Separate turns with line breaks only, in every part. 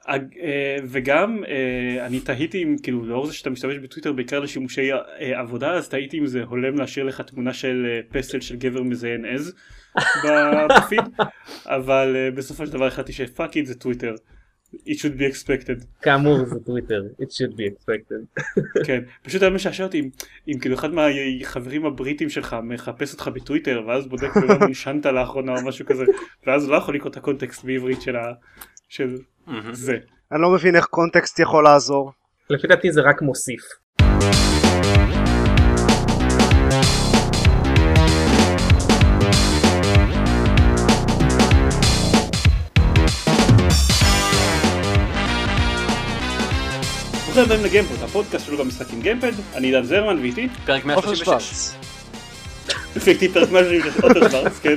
וגם אני תהיתי עם, כאילו לאור זה שאתה משתמש בטוויטר בעיקר לשימושי עבודה, אז תהיתי אם זה הולם להשאיר לך תמונה של פסל של גבר מזיין עז בפיד, אבל בסופו של דבר החלטתי שפאק איט זה טוויטר, it should be expected.
כאמור זה טוויטר, it should be expected.
כן, פשוט היה משעשע אותי אם כאילו אחד מהחברים הבריטים שלך מחפש אותך בטוויטר ואז בודק ומה נשנת לאחרונה או משהו כזה, ואז לא יכול לקרוא את הקונטקסט בעברית של זה.
אני לא מבין איך קונטקסט יכול לעזור.
לפי דעתי זה רק מוסיף.
ברוכים הבאים לגיימפוד, הפודקאסט שלו גם משחק עם גיימפד. אני עידן זרמן ואיתי
פרק 136.
אפקטי פרק 136, עופר שוורץ, כן.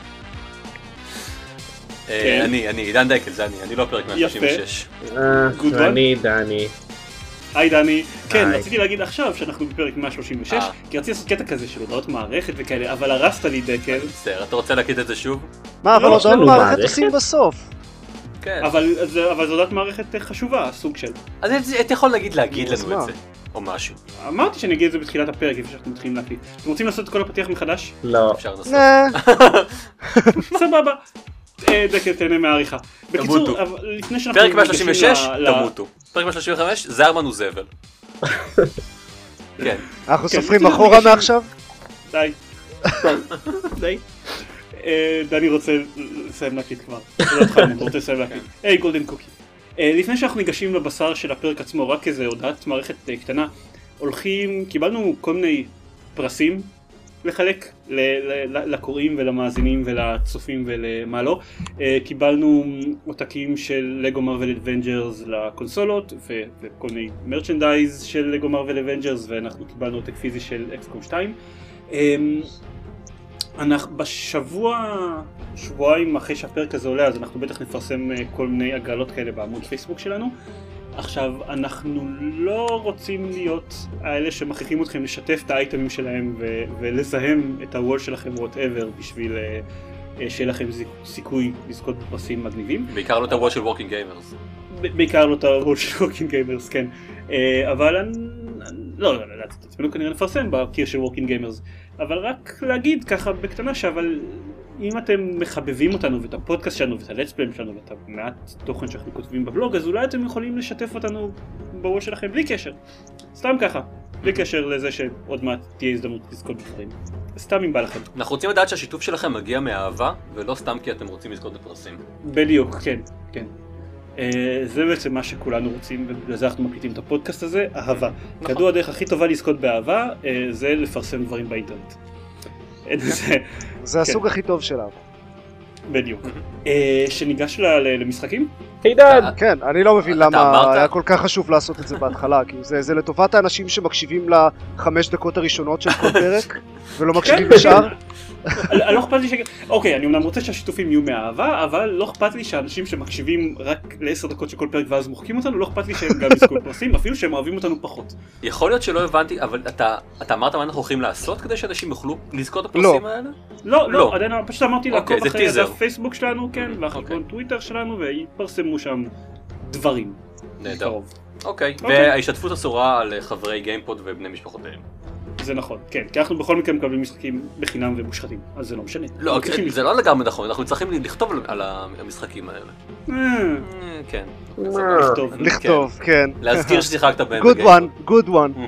אני עידן דייקל, זה אני לא פרק 136.
אני דני.
היי דני. כן, רציתי להגיד עכשיו שאנחנו בפרק 136, כי רציתי לעשות קטע כזה של הודעות מערכת וכאלה, אבל הרסת לי דקל.
בסדר, אתה רוצה להגיד את זה שוב?
מה, אבל הודעות מערכת עושים בסוף.
כן.
אבל זו הודעת מערכת חשובה, סוג של.
אז אתה יכול להגיד לנו את זה, או משהו.
אמרתי שאני אגיד את זה בתחילת הפרק, לפני שאנחנו מתחילים להקליט. אתם רוצים לעשות את כל הפתיח מחדש?
לא.
אפשר לעשות.
סבבה. דקל תהנה מהעריכה. בקיצור, לפני שאנחנו...
פרק 136, תמותו. פרק 135, זרמן הוא זבל. כן.
אנחנו סופרים אחורה מעכשיו?
די. די. דני רוצה לסיים להקליט כבר. רוצה לסיים להקליט. היי גולדן קוקי. לפני שאנחנו ניגשים לבשר של הפרק עצמו, רק איזה הודעת מערכת קטנה, קיבלנו כל מיני פרסים לחלק לקוראים ולמאזינים ולצופים ולמה לא. קיבלנו עותקים של לגו מרוול אדוונג'רס לקונסולות וכל מיני מרצ'נדייז של לגו מרוול אדוונג'רס, ואנחנו קיבלנו עותק פיזי של XCOM 2. אנחנו שבועיים אחרי שהפרק הזה עולה, אז אנחנו בטח נפרסם כל מיני הגרלות כאלה בעמוד פייסבוק שלנו. עכשיו, אנחנו לא רוצים להיות האלה שמכריחים אתכם לשתף את האייטמים שלהם ולזהם את הוול שלכם whatever בשביל שיהיה לכם סיכוי לזכות בפרסים מגניבים.
בעיקר לא את הוול של וורקינג גיימרס.
בעיקר לא את הוול של וורקינג גיימרס, כן. אבל לא, תצמנו כנראה נפרסם בקיר של וורקינג גיימרס. אבל רק להגיד ככה בקטנה אבל אם אתם מחבבים אותנו ואת הפודקאסט שלנו ואת הלטספליים שלנו ואת המעט תוכן שאנחנו כותבים בבלוג, אז אולי אתם יכולים לשתף אותנו בוול שלכם בלי קשר. סתם ככה, בלי קשר לזה שעוד מעט תהיה הזדמנות לזכות בפרסים. סתם אם בא לכם.
אנחנו רוצים לדעת שהשיתוף שלכם מגיע מאהבה ולא סתם כי אתם רוצים לזכות בפרסים.
בדיוק, כן, כן. זה בעצם מה שכולנו רוצים, ולזה אנחנו מקליטים את הפודקאסט הזה, אהבה. כדוע הדרך הכי טובה לזכות באהבה זה לפרסם דברים באינטרנט.
זה הסוג הכי טוב שלנו.
בדיוק. שניגש למשחקים?
עידן!
כן, אני לא מבין למה היה כל כך חשוב לעשות את זה בהתחלה, כי זה לטובת האנשים שמקשיבים ל5 דקות הראשונות של כל פרק, ולא מקשיבים בשאר.
לא אכפת לי אוקיי, אני אמנם רוצה שהשיתופים יהיו מאהבה, אבל לא אכפת לי שאנשים שמקשיבים רק ל10 דקות של כל פרק ואז מוחקים אותנו, לא אכפת לי שהם גם יזכו בפרסים, אפילו שהם אוהבים אותנו פחות.
יכול להיות שלא הבנתי, אבל אתה אמרת מה אנחנו הולכים לעשות כדי שאנשים יוכלו לזכות בפרסים האלה?
לא, עדיין פשוט אמרתי לעקוב אחרי הדף פייסבוק שלנו, כן, ואחרי טוויטר שלנו, ויפרסמו שם דברים.
נהדר. אוקיי, וההשתתפות אסורה על חברי גיימפוד ובני משפחותיהם.
זה נכון, כן, כי אנחנו בכל מקרה מקבלים משחקים בחינם ומושחתים, אז זה לא משנה.
לא, זה לא לגמרי נכון, אנחנו צריכים לכתוב על המשחקים האלה. כן.
לכתוב, כן.
להזכיר ששיחקת בהם.
good one.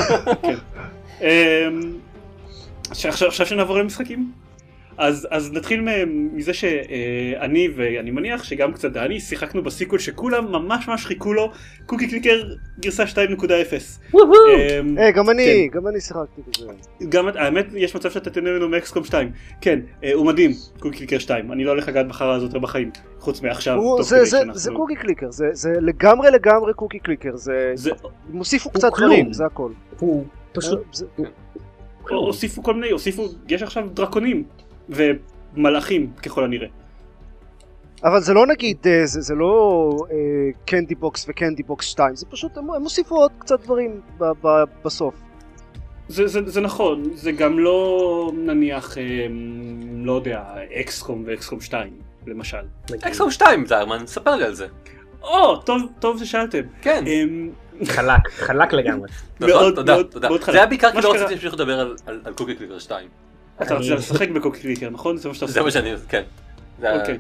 עכשיו שנעבור למשחקים? אז נתחיל מזה שאני ואני מניח שגם קצת דני שיחקנו בסיקוול שכולם ממש חיכו לו, קוקי קליקר גרסה 2.0.
גם אני שיחקתי בזה.
גם האמת יש מצב שאתה תהנה ממנו מאקסקום 2. כן, הוא מדהים, קוקי קליקר 2. אני לא הולך לגעת בחרה הזאת בחיים, חוץ מעכשיו.
זה קוקי קליקר, זה לגמרי קוקי קליקר. מוסיפו קצת דברים, זה הכל.
פשוט
הוסיפו כל מיני, יש עכשיו דרקונים ומלאכים ככל הנראה.
אבל זה לא נגיד, זה לא קנדי בוקס וקנדי בוקס 2, זה פשוט, הם הוסיפו עוד קצת דברים בסוף.
זה נכון, זה גם לא נניח, לא יודע, אקסקום ואקסקום 2 למשל.
אקסקום 2 זרמן, ספר לי על זה.
טוב ששאלתם.
כן.
חלק לגמרי.
נכון, תודה. זה היה בעיקר כי לא רציתי להמשיך לדבר על קוקי קליקר 2.
אתה רוצה לשחק בקוקי קליקר, נכון? זה מה שאתה עושה.
זה מה שאני, כן.
אוקיי.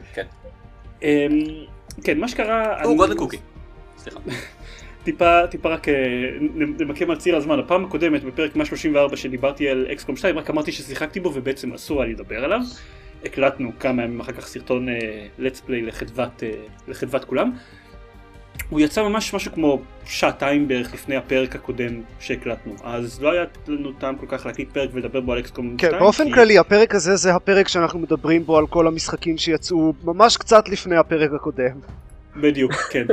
כן, מה שקרה...
הוא גודל קוקי. סליחה.
טיפה רק נמקם על ציר הזמן. הפעם הקודמת, בפרק 134 שדיברתי על אקסקום 2, רק אמרתי ששיחקתי בו ובעצם אסור היה לדבר עליו. הקלטנו כמה ימים אחר כך סרטון let's play לחדוות כולם. הוא יצא ממש משהו כמו שעתיים בערך לפני הפרק הקודם שהקלטנו, אז לא היה לנו טעם כל כך להקליט פרק ולדבר בו על אקסקום 2.
כן, באופן כללי הפרק הזה זה הפרק שאנחנו מדברים בו על כל המשחקים שיצאו ממש קצת לפני הפרק הקודם.
בדיוק, כן.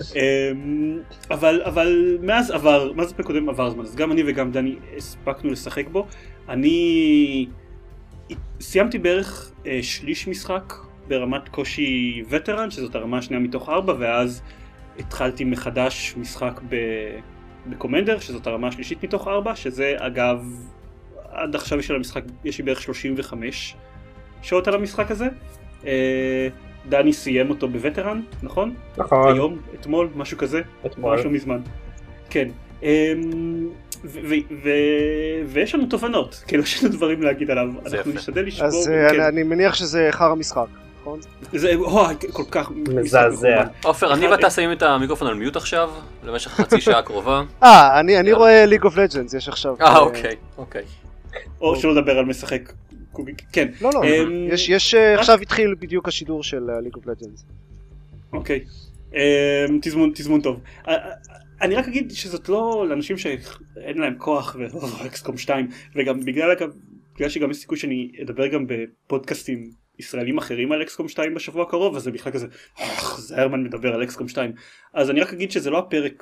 אבל מאז הפרק הקודם עבר זמן, אז גם אני וגם דני הספקנו לשחק בו. אני סיימתי בערך שליש משחק ברמת קושי וטרן, שזאת הרמה השנייה מתוך 4, ואז התחלתי מחדש משחק בקומנדר, שזאת הרמה השלישית מתוך 4, שזה אגב, עד עכשיו של המשחק יש לי בערך 35 שעות על המשחק הזה. דני סיים אותו בווטרן, נכון?
נכון.
היום, אתמול, משהו כזה?
אתמול.
משהו מזמן. כן. ויש לנו תובנות, כאילו יש לנו דברים להגיד עליו, אנחנו נשתדל לשבור.
אז אני מניח שזה חר המשחק, נכון?
זה כל כך
מזעזע.
עופר, אני ואתה שמים את המיקרופון על מיוט עכשיו, למשך חצי שעה הקרובה.
אני רואה ליג אוף לג'נדס, יש עכשיו...
אוקיי.
או שלא לדבר על משחק, כן.
לא, יש עכשיו התחיל בדיוק השידור של ליג אוף לג'נדס.
אוקיי, תזמון טוב. אני רק אגיד שזאת לא לאנשים שאין להם כוח ואקסקום 2, וגם בגלל שגם יש סיכוי שאני אדבר גם בפודקאסטים ישראלים אחרים על אקסקום 2 בשבוע הקרוב, אז זה בכלל כזה, זהרמן מדבר על אקסקום 2. אז אני רק אגיד שזה לא הפרק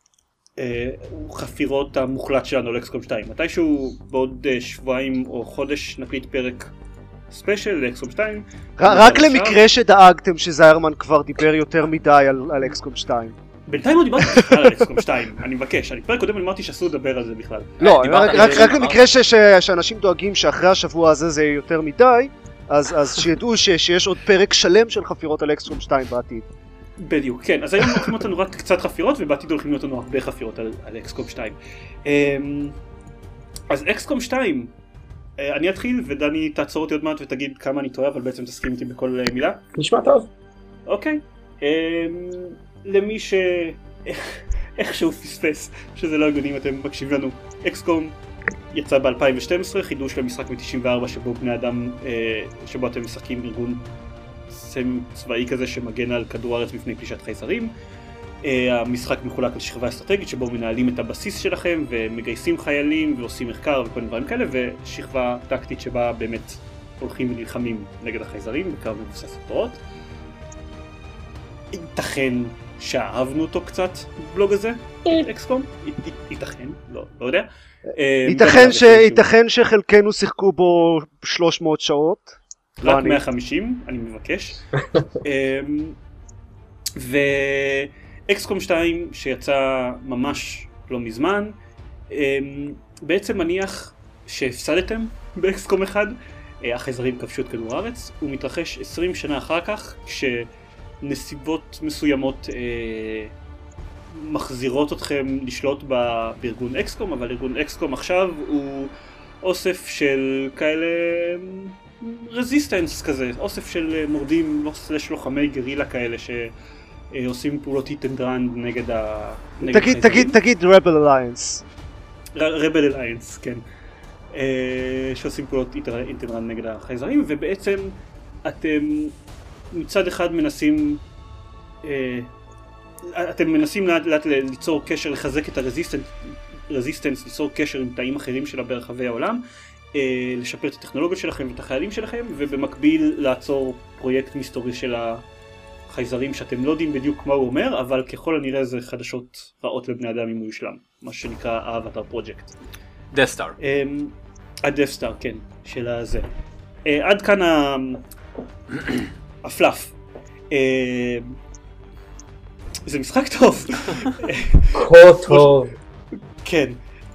חפירות המוחלט שלנו על אקסקום 2. מתישהו בעוד שבועיים או חודש נקליט פרק ספיישל לאקסקום 2.
רק למקרה שדאגתם שזהרמן כבר דיבר יותר מדי על אקסקום 2.
בינתיים לא דיברתי בכלל על אקסקום 2, אני מבקש, אני פרק קודם אמרתי שאסור לדבר על זה בכלל.
לא, רק למקרה שאנשים דואגים שאחרי השבוע הזה זה יותר מדי, אז שידעו שיש עוד פרק שלם של חפירות על אקסקום 2 בעתיד.
בדיוק, כן, אז היום הולכים אותנו רק קצת חפירות, ובעתיד הולכים אותנו הרבה חפירות על אקסקום 2. אז אקסקום 2, אני אתחיל ודני תעצור אותי עוד מעט ותגיד כמה אני טועה, אבל בעצם תסכים איתי בכל מילה.
נשמע טוב.
אוקיי. למי שאיכשהו פספס שזה לא הגיוני אם אתם מקשיבים לנו, אקסקום יצא ב-2012, חידוש למשחק מ-94 שבו אתם משחקים ארגון סמי צבאי כזה שמגן על כדור הארץ מפני פלישת חייזרים. המשחק מחולק לשכבה אסטרטגית שבו מנהלים את הבסיס שלכם ומגייסים חיילים ועושים מחקר וכל מיני דברים כאלה, ושכבה טקטית שבה באמת הולכים ונלחמים נגד החייזרים בקרב מבוסס תורות. ייתכן שאהבנו אותו קצת בבלוג הזה, אקסקום? ייתכן, לא יודע.
ייתכן שחלקנו שיחקו בו 300 שעות.
רק 150, אני מבקש. ואקסקום 2 שיצא ממש לא מזמן, בעצם מניח שהפסדתם באקסקום 1, החייזרים כבשו את כדור הארץ, הוא מתרחש 20 שנה אחר כך, נסיבות מסוימות מחזירות אתכם לשלוט בארגון אקסקום, אבל ארגון אקסקום עכשיו הוא אוסף של כאלה רזיסטנס כזה, אוסף של מורדים סלש לוחמי גרילה כאלה שעושים פעולות hit and run נגד
תגיד Rebel Alliance.
Rebel Alliance, כן. שעושים פעולות hit and run נגד החייזרים, ובעצם אתם מצד אחד מנסים ליצור קשר, לחזק את הרזיסטנס, ליצור קשר עם תאים אחרים שלה ברחבי העולם, לשפר את הטכנולוגיות שלכם ואת החיילים שלכם, ובמקביל לעצור פרויקט מסתורי של החייזרים שאתם לא יודעים בדיוק מה הוא אומר, אבל ככל הנראה זה חדשות רעות לבני אדם אם הוא יושלם, מה שנקרא האבטר פרויקט.
Death Star.
ה-Death Star, כן, של הזה. עד כאן הפלאף. זה משחק טוב.
כה טוב.
כן.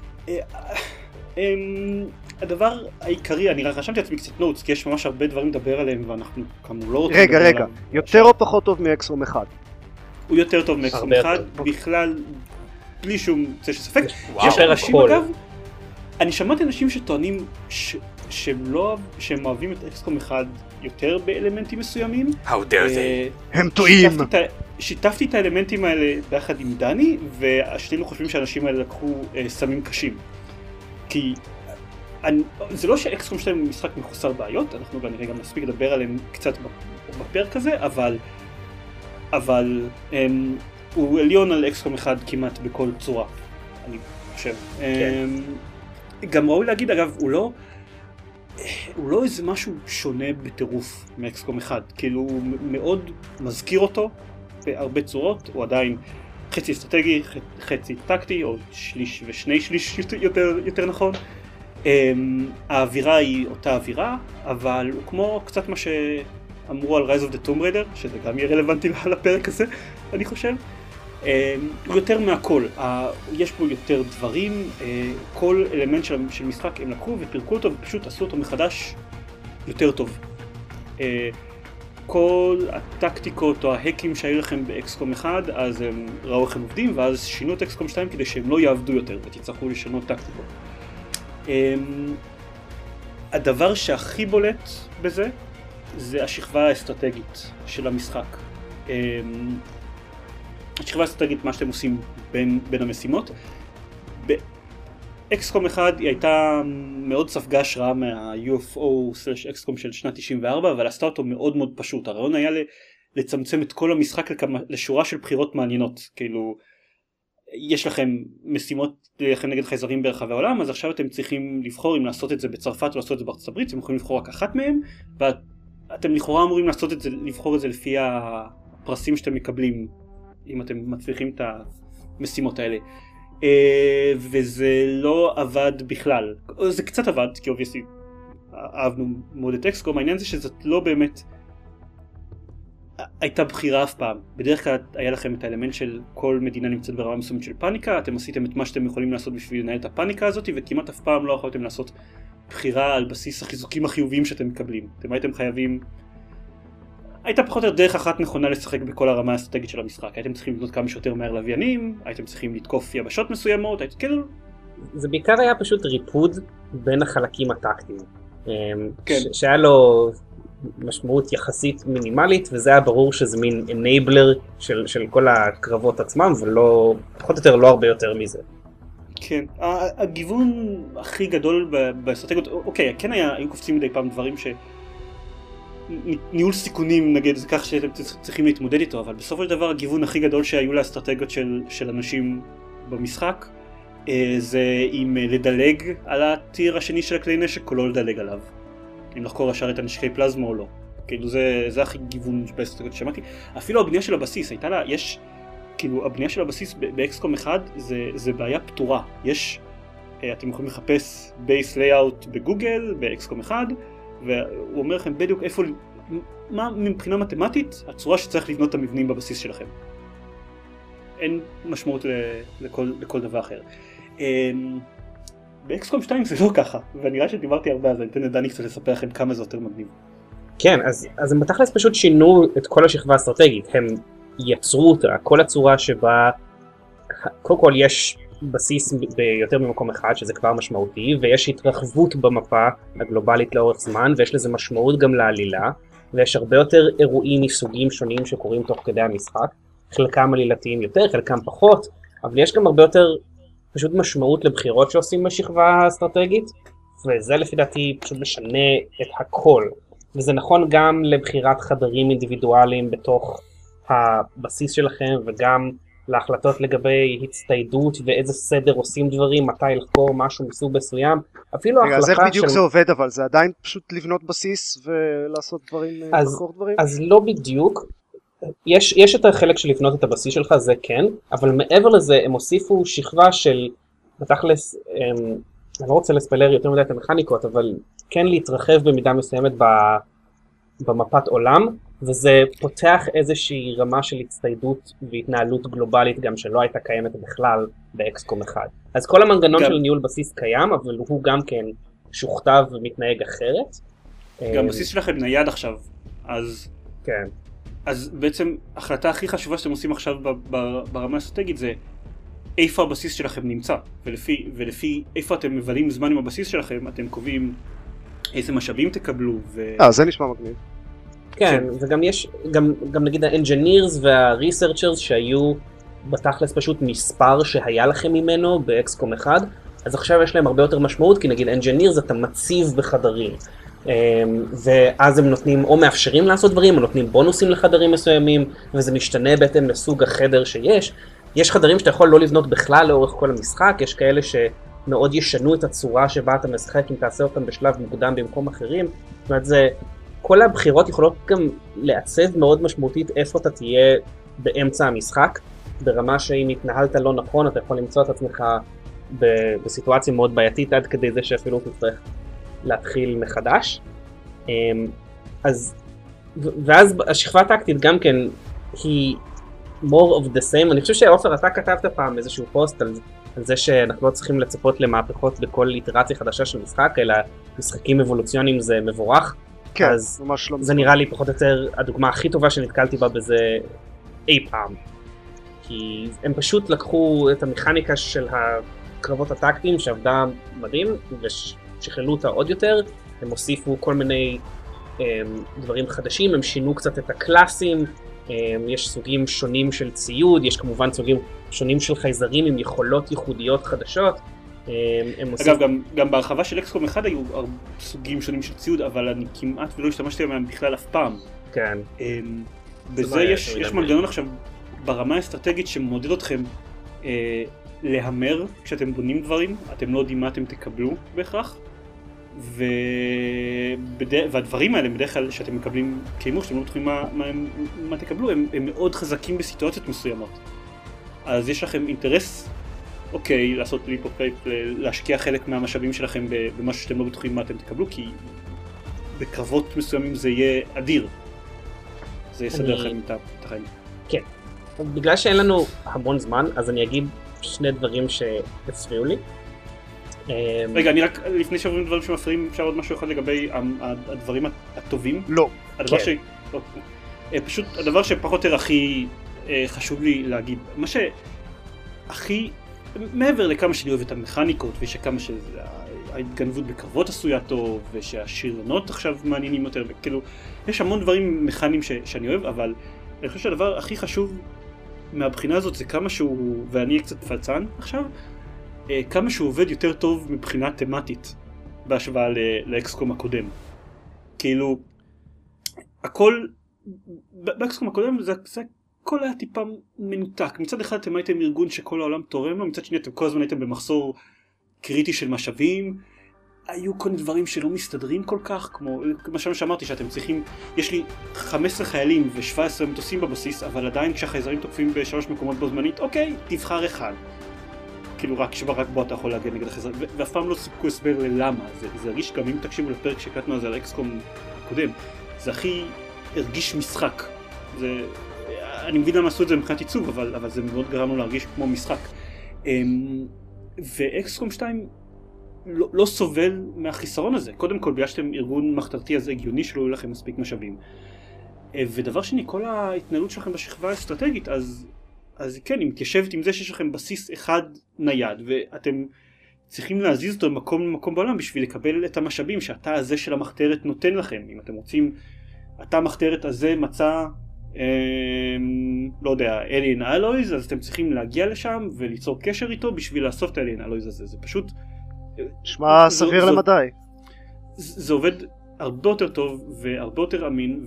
הדבר העיקרי, אני רשמתי לעצמי קצת נוטס, כי יש ממש הרבה דברים לדבר עליהם, ואנחנו כאמור לא רוצים לדבר עליהם.
רגע, יותר או פחות טוב מאקסקום 1?
הוא יותר טוב מאקסקום 1, בכלל, בלי שום צל של ספק. יש אנשים אגב, אני שמעתי אנשים שטוענים שהם אוהבים את אקסקום 1 יותר באלמנטים מסוימים.
How dare they?
הם טועים!
שיתפתי את האלמנטים האלה ביחד עם דני, והשנינו חושבים שהאנשים האלה לקחו סמים קשים. כי זה לא שאקסקום 2 הוא משחק מחוסר בעיות, אנחנו כנראה גם נספיק לדבר עליהם קצת בפרק הזה, אבל הוא עליון על אקסקום 1 כמעט בכל צורה, אני חושב. גם ראוי להגיד, אגב, הוא לא איזה משהו שונה בטירוף מאקסקום 1, כאילו הוא מאוד מזכיר אותו בהרבה צורות, הוא עדיין חצי אסטרטגי, חצי טקטי, או שליש ושני שליש יותר נכון. האווירה היא אותה אווירה, אבל הוא כמו קצת מה שאמרו על Rise of the Tomb Raider, שזה גם יהיה רלוונטי לפרק הזה, אני חושב. הוא יותר מהכל, יש פה יותר דברים, כל אלמנט של משחק הם לקחו ופירקו אותו ופשוט עשו אותו מחדש יותר טוב. כל הטקטיקות או ההקים שהיו לכם באקסקום 1, אז הם ראו איך הם עובדים, ואז שינו את אקסקום 2 כדי שהם לא יעבדו יותר ותצטרכו לשנות טקטיקות. הדבר שהכי בולט בזה זה השכבה האסטרטגית של המשחק. השכבה האסטרטגית, מה שאתם עושים בין המשימות. באקסקום 1 היא הייתה מאוד ספגה השראה מה-UFO/XCOM של שנת 94, אבל עשתה אותו מאוד מאוד פשוט. הרעיון היה לצמצם את כל המשחק לשורה של בחירות מעניינות. כאילו, יש לכם משימות לכם נגד חייזרים ברחבי העולם, אז עכשיו אתם צריכים לבחור אם לעשות את זה בצרפת או לעשות את זה בארצות הברית, אתם יכולים לבחור רק אחת מהם, ואתם לכאורה אמורים לבחור את זה לפי הפרסים שאתם מקבלים, אם אתם מצליחים את המשימות האלה. וזה לא עבד בכלל. זה קצת עבד, כי אובייסלי אהבנו מאוד את אקסקום. העניין זה שזאת לא באמת הייתה בחירה אף פעם. בדרך כלל היה לכם את האלמנט של כל מדינה נמצאת ברמה מסוימת של פאניקה, אתם עשיתם את מה שאתם יכולים לעשות בשביל לנהל את הפאניקה הזאת, וכמעט אף פעם לא יכולתם לעשות בחירה על בסיס החיזוקים החיוביים שאתם מקבלים. אתם הייתם חייבים, הייתה פחות או יותר דרך אחת נכונה לשחק בכל הרמה האסטרטגית של המשחק. הייתם צריכים לבנות כמה שיותר מהר לוויינים, הייתם צריכים לתקוף יבשות מסוימות, כאילו...
זה בעיקר היה פשוט ריפוד בין החלקים הטקטיים. כן. שהיה לו משמעות יחסית מינימלית, וזה היה ברור שזה מין enabler של כל הקרבות עצמם, ולא, פחות או יותר לא הרבה יותר מזה.
כן, הגיוון הכי גדול באסטרטגיות, אוקיי, כן היו קופצים מדי פעם דברים ניהול סיכונים נגד זה כך שאתם צריכים להתמודד איתו, אבל בסופו של דבר הגיוון הכי גדול שהיו לאסטרטגיות של אנשים במשחק זה אם לדלג על הטיר השני של הכלי נשק או לא לדלג עליו, אם לחקור ישר את הנשקי פלזמה או לא. כאילו זה הכי גיוון באסטרטגיות ששמעתי. אפילו הבנייה של הבסיס הייתה לה, יש כאילו הבנייה של הבסיס באקסקום 1 זה בעיה פתורה. יש, אתם יכולים לחפש בייס לייאוט בגוגל באקסקום 1, והוא אומר לכם בדיוק איפה, מה מבחינה מתמטית הצורה שצריך לבנות את המבנים בבסיס שלכם. אין משמעות לכל דבר אחר. באקסקום 2 זה לא ככה, ואני רואה שדיברתי הרבה, אז אני אתן לדני קצת לספר לכם כמה זה יותר מגניב.
כן, אז הם בתכלס פשוט שינו את כל השכבה האסטרטגית, הם יצרו אותה, כל הצורה שבה, קודם כל יש בסיס ביותר ממקום אחד, שזה כבר משמעותי, ויש התרחבות במפה הגלובלית לאורך זמן, ויש לזה משמעות גם לעלילה, ויש הרבה יותר אירועים מסוגים שונים שקורים תוך כדי המשחק, חלקם עלילתיים יותר, חלקם פחות, אבל יש גם הרבה יותר פשוט משמעות לבחירות שעושים בשכבה האסטרטגית, וזה לפי דעתי פשוט משנה את הכל, וזה נכון גם לבחירת חדרים אינדיבידואליים בתוך הבסיס שלכם, וגם להחלטות לגבי הצטיידות ואיזה סדר עושים דברים, מתי לחקור משהו מסוג מסוים, אפילו ההחלטה של... אז
איך בדיוק זה עובד, אבל זה עדיין פשוט לבנות בסיס ולעשות דברים, לחקור דברים?
אז לא בדיוק, יש את החלק של לבנות את הבסיס שלך, זה כן, אבל מעבר לזה הם הוסיפו שכבה של, בתכלס, אני לא רוצה לספלר יותר מדי את המכניקות, אבל כן להתרחב במידה מסוימת במפת עולם, וזה פותח איזושהי רמה של הצטיידות והתנהלות גלובלית גם שלא הייתה קיימת בכלל באקסקום 1. אז כל המנגנון של ניהול בסיס קיים, אבל הוא גם כן שוכתב ומתנהג אחרת.
גם בסיס שלכם נייד עכשיו, אז...
כן.
אז בעצם ההחלטה הכי חשובה שאתם עושים עכשיו ברמה האסטרטגית זה איפה הבסיס שלכם נמצא, ולפי איפה אתם מבלים זמן עם הבסיס שלכם, אתם קובעים איזה משאבים תקבלו.
זה נשמע מגניב.
כן, וגם יש, גם נגיד ה-engineers וה-researchers שהיו בתכלס פשוט מספר שהיה לכם ממנו באקסקום 1, אז עכשיו יש להם הרבה יותר משמעות, כי נגיד engineers אתה מציב בחדרים, ואז הם נותנים או מאפשרים לעשות דברים, או נותנים בונוסים לחדרים מסוימים, וזה משתנה בהתאם לסוג החדר שיש. יש חדרים שאתה יכול לא לבנות בכלל לאורך כל המשחק, יש כאלה שמאוד ישנו את הצורה שבה אתה משחק אם תעשה אותם בשלב מוקדם במקום אחרים. זאת אומרת, כל הבחירות יכולות גם לעצב מאוד משמעותית איפה אתה תהיה באמצע המשחק, ברמה שאם התנהלת לא נכון אתה יכול למצוא את עצמך בסיטואציה מאוד בעייתית עד כדי זה שאפילו תצטרך להתחיל מחדש. ואז השכבה הטקטית גם כן היא more of the same. אני חושב שאופר אתה כתבת פעם איזשהו פוסט על זה שאנחנו לא צריכים לצפות למהפכות בכל איטרציה חדשה של משחק, אלא משחקים אבולוציוניים זה מבורך.
כן,
אז
ממש לא.
זה נראה לי פחות או יותר הדוגמה הכי טובה שנתקלתי בה בזה אי פעם. כי הם פשוט לקחו את המכניקה של הקרבות הטקטיים שעבדה מדהים ושכללו אותה עוד יותר, הם הוסיפו כל מיני דברים חדשים, הם שינו קצת את הקלאסים, יש סוגים שונים של ציוד, יש כמובן סוגים שונים של חייזרים עם יכולות ייחודיות חדשות.
אגב, גם בהרחבה של אקסקום 1 היו סוגים שונים של ציוד, אבל אני כמעט ולא השתמשתי בהם בכלל אף פעם.
כן.
בזה יש מנגנון עכשיו ברמה האסטרטגית שמודד אתכם להמר כשאתם בונים דברים, אתם לא יודעים מה אתם תקבלו בהכרח, והדברים האלה בדרך כלל שאתם מקבלים כאימור, שאתם לא בטוחים מה תקבלו, הם מאוד חזקים בסיטואציות מסוימות. אז יש לכם אינטרס, אוקיי, לעשות ליפ אוף פייפ, להשקיע חלק מהמשאבים שלכם במשהו שאתם לא בטוחים מה אתם תקבלו, כי בקרבות מסוימים זה יהיה אדיר. זה יסדר לכם את החיים.
כן. בגלל שאין לנו המון זמן, אז אני אגיד שני דברים שהפריעו לי.
רגע, אני רק, לפני שעוברים דברים שמפריעים, אפשר עוד משהו אחד לגבי הדברים הטובים?
לא.
הדבר פשוט, הדבר שפחות או הכי חשוב לי להגיד, מה שהכי, מעבר לכמה שאני אוהב את המכניקות, ושכמה שההתגנבות בקרבות עשויה טוב, ושהשריונות עכשיו מעניינים יותר, וכאילו, יש המון דברים מכניים שאני אוהב, אבל אני חושב שהדבר הכי חשוב מהבחינה הזאת זה כמה שהוא, ואני קצת פלצן עכשיו, כמה שהוא עובד יותר טוב מבחינה תמטית בהשוואה לאקסקום הקודם. כאילו, הכל, באקסקום הקודם זה הכל היה טיפה מנותק. מצד אחד אתם הייתם ארגון שכל העולם תורם לו, מצד שני אתם כל הזמן הייתם במחסור קריטי של משאבים, היו כל דברים שלא מסתדרים כל כך, כמו מה שאמרתי שאתם צריכים, יש לי 15 חיילים ו17 מטוסים בבסיס, אבל עדיין כשהחייזרים תוקפים בשלוש מקומות בו זמנית, אוקיי, תבחר אחד. כאילו רק בו אתה יכול להגן נגד החייזרים, ואף פעם לא סיפקו הסבר ללמה. זה הרגיש גם אם תקשיבו לפרק שקטנו על זה על אקסקום הקודם, זה הכי הרגיש משחק. אני מבין למה עשו את זה מבחינת עיצוב, אבל זה מאוד גרם לו להרגיש כמו משחק. ואקסקום 2 לא סובל מהחיסרון הזה. קודם כל, בגלל שאתם ארגון מחתרתי אז הגיוני שלא יהיו לכם מספיק משאבים. ודבר שני, כל ההתנהלות שלכם בשכבה האסטרטגית, אז כן, היא מתיישבת עם זה שיש לכם בסיס אחד נייד, ואתם צריכים להזיז אותו ממקום למקום בעולם בשביל לקבל את המשאבים שהתא הזה של המחתרת נותן לכם. אם אתם רוצים, התא המחתרת הזה מצא, לא יודע, Alien Alloys, אז אתם צריכים להגיע לשם וליצור קשר איתו בשביל לאסוף את Alien Alloys הזה. זה פשוט
נשמע סביר למדי.
זה עובד הרבה יותר טוב והרבה יותר אמין,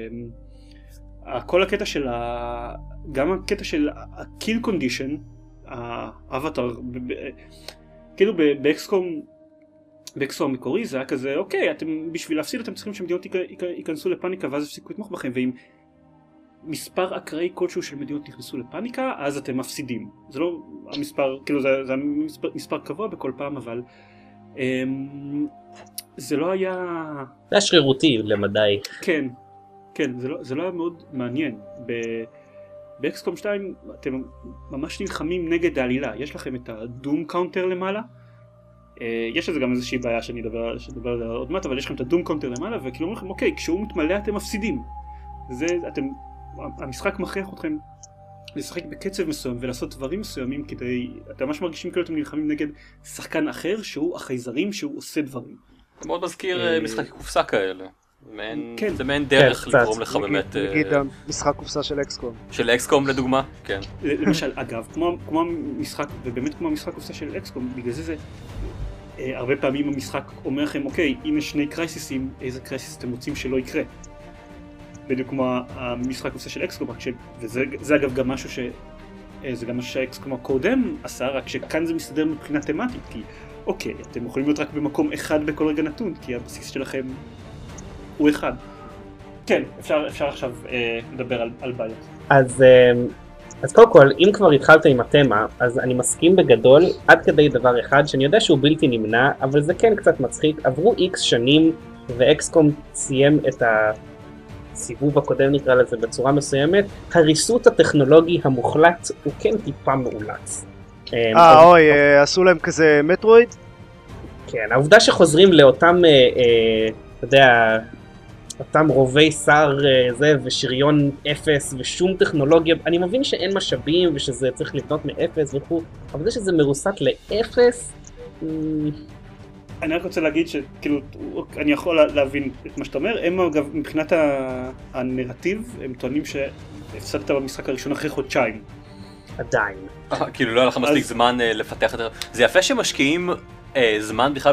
וכל הקטע של גם הקטע של ה-kill condition, האבטר, כאילו באקסקום המקורי זה היה כזה, אוקיי, אתם בשביל להפסיד אתם צריכים שמדינות ייכנסו לפאניקה ואז יפסיקו לתמוך בכם, ואם מספר אקראי כלשהו של מדינות נכנסו לפאניקה, אז אתם מפסידים. זה לא המספר, כאילו זה מספר קבוע בכל פעם, אבל זה לא היה...
זה היה שרירותי למדי.
כן, זה לא היה מאוד מעניין. באקסקום 2 אתם ממש נלחמים נגד העלילה. יש לכם את הדום קאונטר למעלה. יש לזה גם איזושהי בעיה שאני אדבר עליה עוד מעט, אבל יש לכם את הדום קאונטר למעלה, וכאילו אומרים לכם, אוקיי, כשהוא מתמלא אתם מפסידים. זה, אתם המשחק מכריח אתכם לשחק בקצב מסוים ולעשות דברים מסוימים כדי, אתם ממש מרגישים כאילו אתם נלחמים נגד שחקן אחר שהוא החייזרים שהוא עושה דברים.
מאוד מזכיר משחקי קופסה כאלה. זה מעין דרך לגרום לך באמת...
נגיד משחק קופסה של אקסקום.
של אקסקום לדוגמה, כן.
למשל, אגב, כמו המשחק, ובאמת כמו המשחק קופסה של אקסקום, בגלל זה הרבה פעמים המשחק אומר לכם, אוקיי, אם יש שני קרייסיסים, איזה קרייסיס אתם רוצים שלא יקרה? בדיוק כמו המשחק קופסה של אקסקום, וזה אגב גם משהו זה גם משהו שהאקסקום הקודם עשה, רק שכאן זה מסתדר מבחינה תמטית, כי אוקיי, אתם יכולים להיות רק במקום אחד בכל רגע נתון, כי הבסיס שלכם הוא אחד. כן, אפשר עכשיו לדבר על בעיות.
אז קודם כל, אם כבר התחלת עם התמה, אז אני מסכים בגדול עד כדי דבר אחד, שאני יודע שהוא בלתי נמנע, אבל זה כן קצת מצחיק. עברו איקס שנים, ואקסקום סיים את הסיבוב הקודם נקרא לזה בצורה מסוימת, הריסות הטכנולוגי המוחלט הוא כן טיפה מאולץ.
אוי, עשו להם כזה מטרואיד?
כן, העובדה שחוזרים לאותם, אתה יודע, אותם רובי שר זה ושריון אפס ושום טכנולוגיה, אני מבין שאין משאבים ושזה צריך לבנות מאפס וכו', אבל זה שזה מרוסק לאפס...
אני רק רוצה להגיד שכאילו, אני יכול להבין את מה שאתה אומר, הם אגב מבחינת הנרטיב, הם טוענים שהפסדת במשחק הראשון אחרי חודשיים.
עדיין.
כאילו לא היה לך מספיק זמן לפתח את זה. זה יפה שמשקיעים זמן בכלל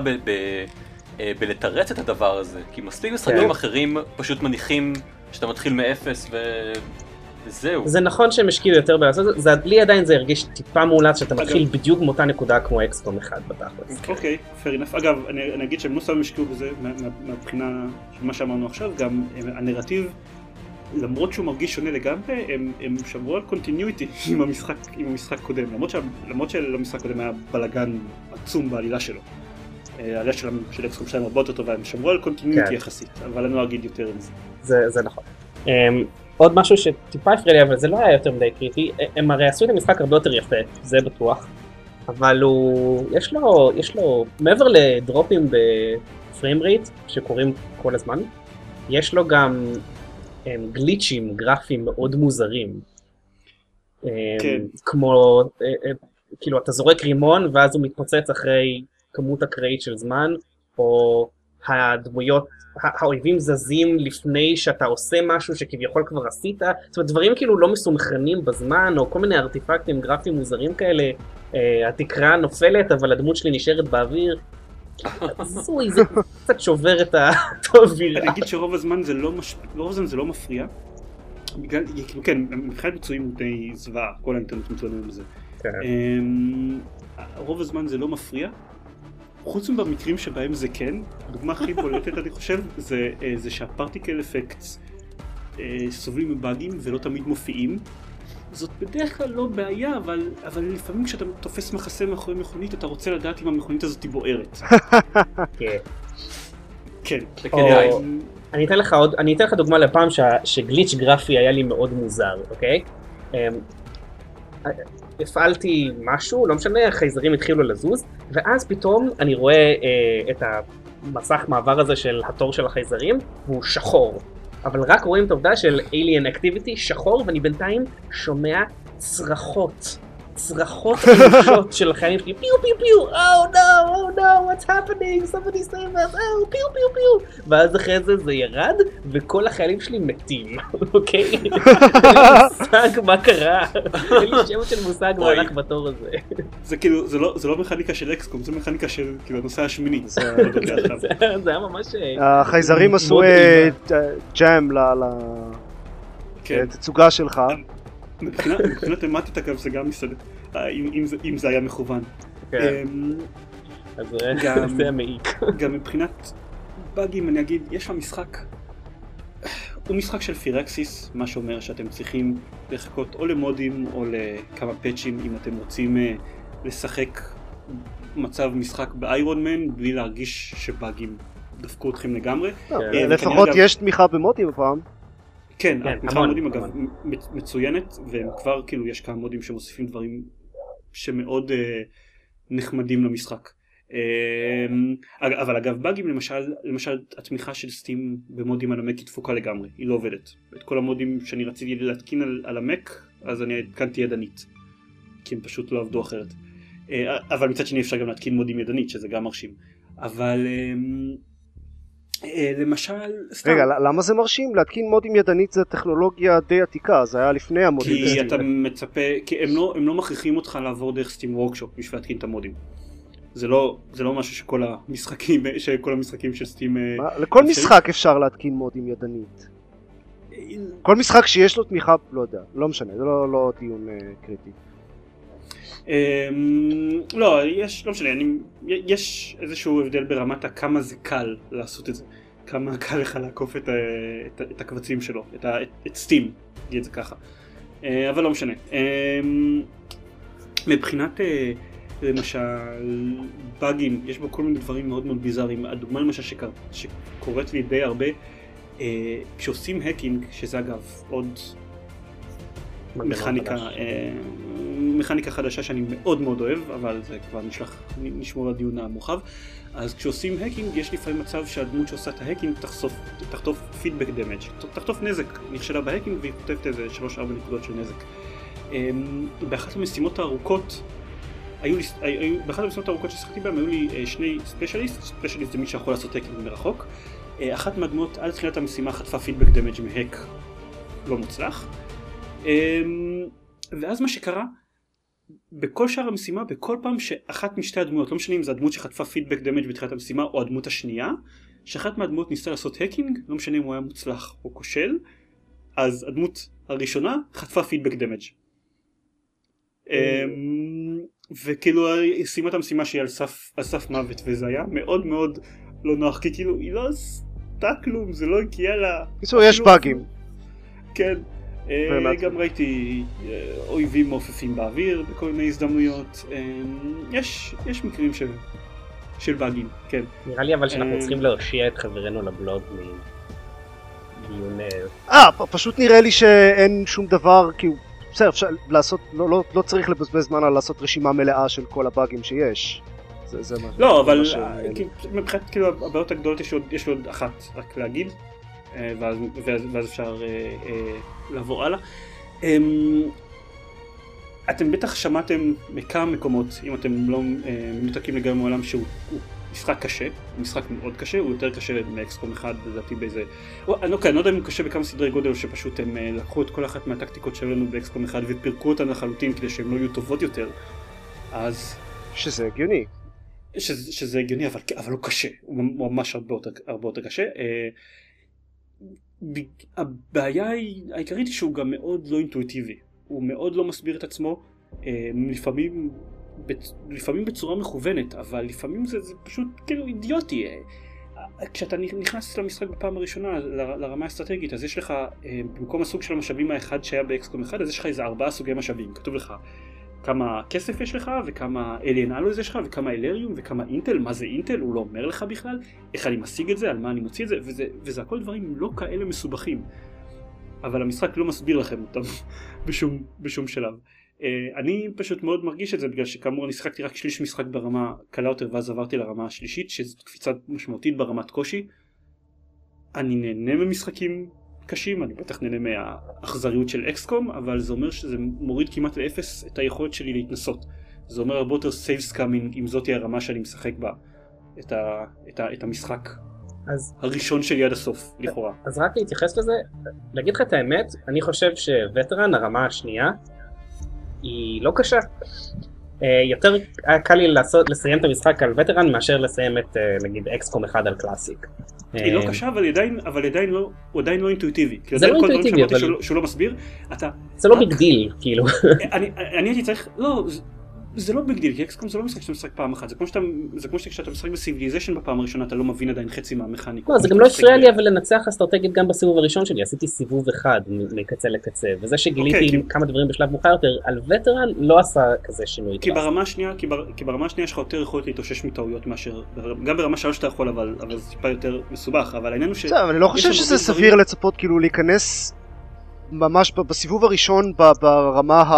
בלתרץ את הדבר הזה, כי מספיק משחקים אחרים פשוט מניחים שאתה מתחיל מאפס וזהו.
זה נכון שהם השקיעו יותר בלעשות את זה, לי עדיין זה הרגיש טיפה מאולץ שאתה מתחיל בדיוק מאותה נקודה כמו אקסקום אחד בתכלס.
אוקיי, fair enough. אגב, אני אגיד שהם לא סתם השקיעו בזה מהבחינה של מה שאמרנו עכשיו, גם הנרטיב, למרות שהוא מרגיש שונה לגמרי, הם שמרו על קונטיניויטי עם המשחק קודם, למרות שלמשחק קודם היה בלגן עצום בעלילה שלו. העלייה של אקסקום 2 הרבה יותר טובה, הם שמרו על קונטיניויטי יחסית, אבל אני לא אגיד יותר מזה.
זה נכון. עוד משהו שטיפה הפריע לי, אבל זה לא היה יותר מדי קריטי, הם הרי עשו את המשחק הרבה יותר יפה, זה בטוח, אבל יש לו, מעבר לדרופים בפריים רייט, שקורים כל הזמן, יש לו גם גליצ'ים גרפיים מאוד מוזרים. כמו, כאילו אתה זורק רימון ואז הוא מתפוצץ אחרי כמות אקראית של זמן, או הדמויות, האויבים זזים לפני שאתה עושה משהו שכביכול כבר עשית, זאת אומרת דברים כאילו לא מסונכרנים בזמן, או כל מיני ארטיפקטים גרפיים מוזרים כאלה, התקרה נופלת אבל הדמות שלי נשארת באוויר, זה קצת שובר את האווירה.
אני אגיד שרוב הזמן זה לא מפריע, בגלל, כאילו כן, מבחינת ביצועים די זוועה, כל האינטרנט מצוינים בזה. רוב הזמן זה לא מפריע, חוץ מבמקרים שבהם זה כן, הדוגמה הכי בולטת אני חושב, זה שהפרטיקל אפקטס סובלים מבאגים ולא תמיד מופיעים. זאת בדרך כלל לא בעיה, אבל לפעמים כשאתה תופס מחסה מאחורי מכונית, אתה רוצה לדעת אם המכונית הזאת היא בוערת. כן.
אני אתן לך דוגמה לפעם שגליץ' גרפי היה לי מאוד מוזר, אוקיי? הפעלתי משהו, לא משנה, החייזרים התחילו לזוז, ואז פתאום אני רואה את המסך מעבר הזה של התור של החייזרים, והוא שחור. אבל רק רואים את העובדה של Alien Activity שחור, ואני בינתיים שומע צרחות אנושות של החיילים שלי, פיו פיו פיו, oh no, what's happening, somebody save us, oh פיו פיו פיו, ואז אחרי זה ירד, וכל החיילים שלי מתים, אוקיי? אין לי מושג מה קרה, אין לי שמות של מושג מה הלך בתור הזה.
זה כאילו, זה לא מכניקה של אקסקום, זה מכניקה של כאילו הנושא השמיני. זה
היה ממש...
החייזרים עשו ג'אם לתצוגה שלך.
מבחינת תמטית אגב זה גם מסתדר, אם זה היה מכוון.
אז זה היה מעיק.
גם מבחינת באגים אני אגיד, יש למשחק, הוא משחק של פירקסיס, מה שאומר שאתם צריכים לחכות או למודים או לכמה פאצ'ים אם אתם רוצים לשחק מצב משחק באיירון מן בלי להרגיש שבאגים דפקו אתכם לגמרי.
לפחות יש תמיכה במודים הפעם.
כן, התמיכה במודים אגב מצוינת, והם כבר כאילו יש כמה מודים שמוסיפים דברים שמאוד נחמדים למשחק. אבל אגב באגים למשל התמיכה של סטים במודים על המק היא דפוקה לגמרי, היא לא עובדת. את כל המודים שאני רציתי להתקין על המק אז אני התקנתי ידנית, כי הם פשוט לא עבדו אחרת. אבל מצד שני אפשר גם להתקין מודים ידנית שזה גם מרשים. אבל למשל סתם...
רגע, למה זה מרשים? להתקין מודים ידנית זה טכנולוגיה די עתיקה, זה היה לפני המודים.
כי אתה מצפה, כי הם לא מכריחים אותך לעבור דרך סטים וורקשופ בשביל להתקין את המודים. זה לא משהו שכל המשחקים של סטים...
לכל משחק אפשר להתקין מודים ידנית. כל משחק שיש לו תמיכה, לא יודע, לא משנה, זה לא דיון קריטי.
לא משנה, יש איזשהו הבדל ברמת כמה זה קל לעשות את זה, כמה קל לך לעקוף את הקבצים שלו, את סטים, נגיד זה ככה, אבל לא משנה. מבחינת למשל באגים, יש בו כל מיני דברים מאוד מאוד ביזאריים. הדוגמה למשל שקורית לי די הרבה, כשעושים האקינג, שזה אגב עוד מכניקה חדשה שאני מאוד מאוד אוהב, אבל זה כבר נשמור לדיון המורחב. אז כשעושים האקינג יש לפעמים מצב שהדמות שעושה את ההאקינג תחטוף פידבק דמג', תחטוף נזק, נכשלה בהאקינג והיא כותבת איזה 3-4 נקודות של נזק. באחת המשימות הארוכות ששחקתי בהם היו לי שני ספיישליסט זה מי שיכול לעשות האקינג מרחוק. אחת מהדמות על תחילת המשימה חטפה פידבק דמג' מהאק לא מוצלח. ואז מה שקרה, בכל שאר המשימה, בכל פעם שאחת משתי הדמויות, לא משנה אם זה הדמות שחטפה פידבק דמג' בתחילת המשימה או הדמות השנייה, שאחת מהדמויות ניסתה לעשות האקינג, לא משנה אם הוא היה מוצלח או כושל, אז הדמות הראשונה חטפה פידבק דמג'. וכאילו סיימה את המשימה שהיא על סף מוות, וזה היה מאוד מאוד לא נוח, כי כאילו היא לא עשתה כלום, זה לא הגיע לה...
קיצור, יש באגים.
כן. גם ראיתי אויבים מעופפים באוויר בכל מיני הזדמנויות. יש מקרים של באגים, כן.
נראה לי אבל שאנחנו צריכים להושיע את חברנו לבלוג מדיון...
פשוט נראה לי שאין שום דבר, כי בסדר, אפשר לעשות, לא צריך לבזבז זמן על לעשות רשימה מלאה של כל הבאגים שיש.
לא, אבל מבחינת כאילו הבעיות הגדולות יש עוד אחת רק להגיד. ואז אפשר לעבור הלאה. אתם בטח שמעתם מכמה מקומות, אם אתם לא מנותקים לגמרי מעולם, שהוא משחק קשה, הוא משחק מאוד קשה, הוא יותר קשה מאקסקום 1 לדעתי באיזה... אני לא יודע אם הוא קשה בכמה סדרי גודל, או שפשוט הם לקחו את כל אחת מהטקטיקות שלנו באקסקום 1 ופירקו אותן לחלוטין כדי שהן לא יהיו טובות יותר. אז...
שזה הגיוני.
שזה הגיוני, אבל הוא קשה, הוא ממש הרבה יותר קשה. הבעיה העיקרית היא שהוא גם מאוד לא אינטואיטיבי, הוא מאוד לא מסביר את עצמו, לפעמים בצורה מכוונת, אבל לפעמים זה פשוט כאילו אידיוטי. כשאתה נכנס למשחק בפעם הראשונה לרמה האסטרטגית, אז יש לך במקום הסוג של המשאבים האחד שהיה באקסקום 1, אז יש לך איזה 4 סוגי משאבים, כתוב לך כמה כסף יש לך, וכמה אליין אלויז יש לך, וכמה אלריום, וכמה אינטל. מה זה אינטל? הוא לא אומר לך בכלל איך אני משיג את זה, על מה אני מוציא את זה, וזה הכל דברים לא כאלה מסובכים, אבל המשחק לא מסביר לכם אותם בשום שלב. אני פשוט מאוד מרגיש את זה, בגלל שכאמור אני שחקתי רק שליש משחק ברמה קלה יותר, ואז עברתי לרמה השלישית, שזו קפיצה משמעותית ברמת קושי. אני נהנה ממשחקים קשים, אני בטח נהנה מהאכזריות של אקסקום, אבל זה אומר שזה מוריד כמעט לאפס את היכולת שלי להתנסות. זה אומר הרבה יותר סייב סקאמינג, אם זאת היא הרמה שאני משחק בה את המשחק הראשון שלי עד הסוף, לכאורה.
אז רק להתייחס לזה, להגיד לך את האמת, אני חושב שווטרן, הרמה השנייה, היא לא קשה. יותר קל לי לסיים את המשחק על וטרן מאשר לסיים את נגיד אקסקום 1 על קלאסיק.
היא לא קשה, אבל הוא עדיין לא אינטואיטיבי.
זה לא אינטואיטיבי, אבל...
שהוא לא מסביר,
זה לא ביג דיל, כאילו.
אני הייתי צריך... לא, זה לא ביג דיל, כי אקסקום זה לא משחק שאתה משחק פעם אחת. זה כמו שכשאתה משחק בסיביליזיישן בפעם הראשונה, אתה לא מבין עדיין חצי מהמכניקה.
לא, זה גם לא הפריע לי אבל לנצח אסטרטגית גם בסיבוב הראשון שלי. עשיתי סיבוב אחד מקצה לקצה, וזה שגיליתי כמה דברים בשלב מאוחר יותר, על וטרן לא עשה כזה שינוי.
כי ברמה השנייה יש לך יותר יכולת להתאושש מטעויות מאשר, גם ברמה 3 אתה יכול, אבל זה טיפה יותר מסובך, אבל העניין הוא ש...
אני לא חושב שזה סביר לצפות כאילו להיכנס ממש בסיבוב הראשון ברמה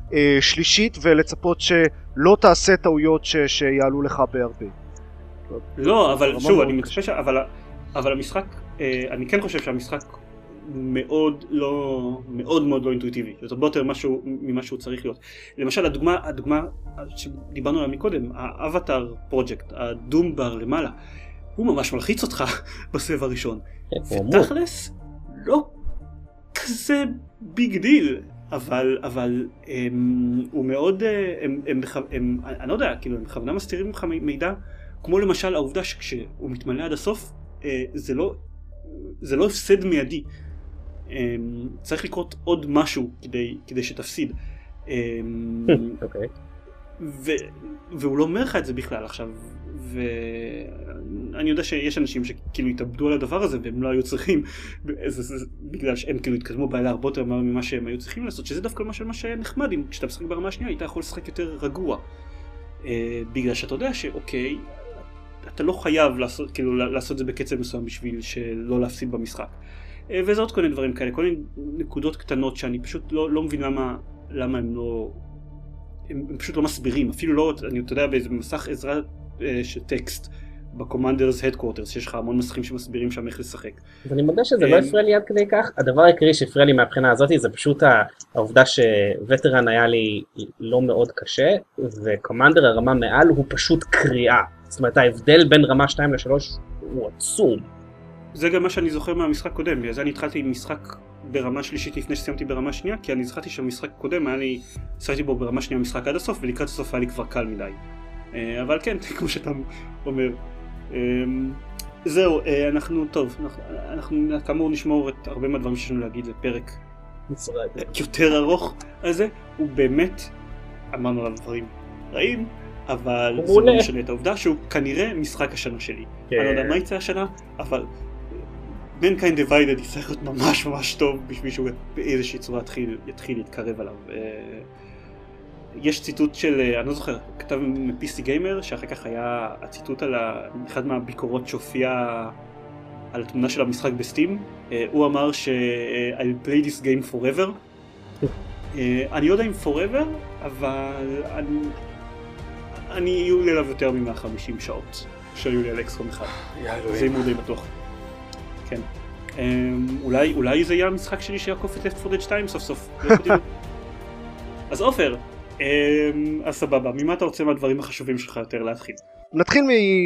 שלישית ולצפות שלא תעשה טעויות שיעלו לך בהרבה.
לא, אבל שוב, אני מצפה אבל המשחק, אני כן חושב שהמשחק מאוד מאוד לא אינטואיטיבי, זה הרבה יותר ממה שהוא צריך להיות. למשל, הדוגמה שדיברנו עליה מקודם, האבטר פרוג'קט, הדום בר למעלה, הוא ממש מלחיץ אותך בסבב הראשון. ותכלס, לא כזה ביג דיל, אבל הוא מאוד, אני לא יודע, כאילו, הם בכוונה מסתירים לך מידע, כמו למשל העובדה שכשהוא מתמלא עד הסוף, זה לא הפסד מיידי. צריך לקרות עוד משהו כדי שתפסיד.
אוקיי.
והוא לא אומר לך את זה בכלל עכשיו, ואני יודע שיש אנשים שכאילו התאבדו על הדבר הזה והם לא היו צריכים, בגלל שהם כאילו התקדמו בעלה הרבה יותר ממה שהם היו צריכים לעשות, שזה דווקא מה שהיה נחמד, אם כשאתה משחק ברמה השנייה היית יכול לשחק יותר רגוע, בגלל שאתה יודע שאוקיי, אתה לא חייב לעשות את זה בקצב מסוים בשביל שלא להפסיד במשחק. וזה עוד כל מיני דברים כאלה, כל מיני נקודות קטנות שאני פשוט לא מבין למה הם פשוט לא מסבירים, אפילו לא, אתה יודע, באיזה מסך עזרה של טקסט בקומנדרס הדקוורטרס, שיש לך המון מסכים שמסבירים שם איך לשחק.
אז אני מודה שזה לא הפריע לי עד כדי כך, הדבר העיקרי שהפריע לי מהבחינה הזאת זה פשוט העובדה שווטרן היה לי לא מאוד קשה, וקומנדר הרמה מעל הוא פשוט קריאה, זאת אומרת ההבדל בין רמה 2 ל-3 הוא עצום.
זה גם מה שאני זוכר מהמשחק קודם, בגלל זה אני התחלתי עם משחק ברמה שלישית לפני שסיימתי ברמה שנייה, כי אני זכרתי שהמשחק קודם היה לי, שחקתי בו ברמה שנייה משחק עד הסוף, ולקראת הסוף היה לי כבר קל מדי. אבל כן, כמו שאתה אומר. זהו, אנחנו כאמור נשמור את הרבה מהדברים שיש לנו להגיד לפרק יותר ארוך על זה, הוא באמת, אמרנו עליו דברים רעים, אבל זה לא משנה את העובדה שהוא כנראה משחק השנה שלי. אני לא יודע מה יצא השנה, אבל Mankind Divided יצטרך להיות ממש ממש טוב בשביל שהוא באיזושהי צורה יתחיל להתקרב עליו. יש ציטוט של, אני לא זוכר, כתב מ-PC Gamer, שאחר כך היה הציטוט על אחד מהביקורות שהופיע על התמונה של המשחק בסטים. הוא אמר I'll play this game forever. אני לא יודע אם forever, אבל אני יהיו לי אליו יותר מ-150 שעות שהיו לי על אקסקום אחד. זה אימור די בטוח. כן. אולי זה יהיה המשחק שלי שיעקוף את Left 4 Dead 2 סוף סוף. אז עופר, אז סבבה, ממה אתה רוצה מהדברים החשובים שלך יותר להתחיל?
נתחיל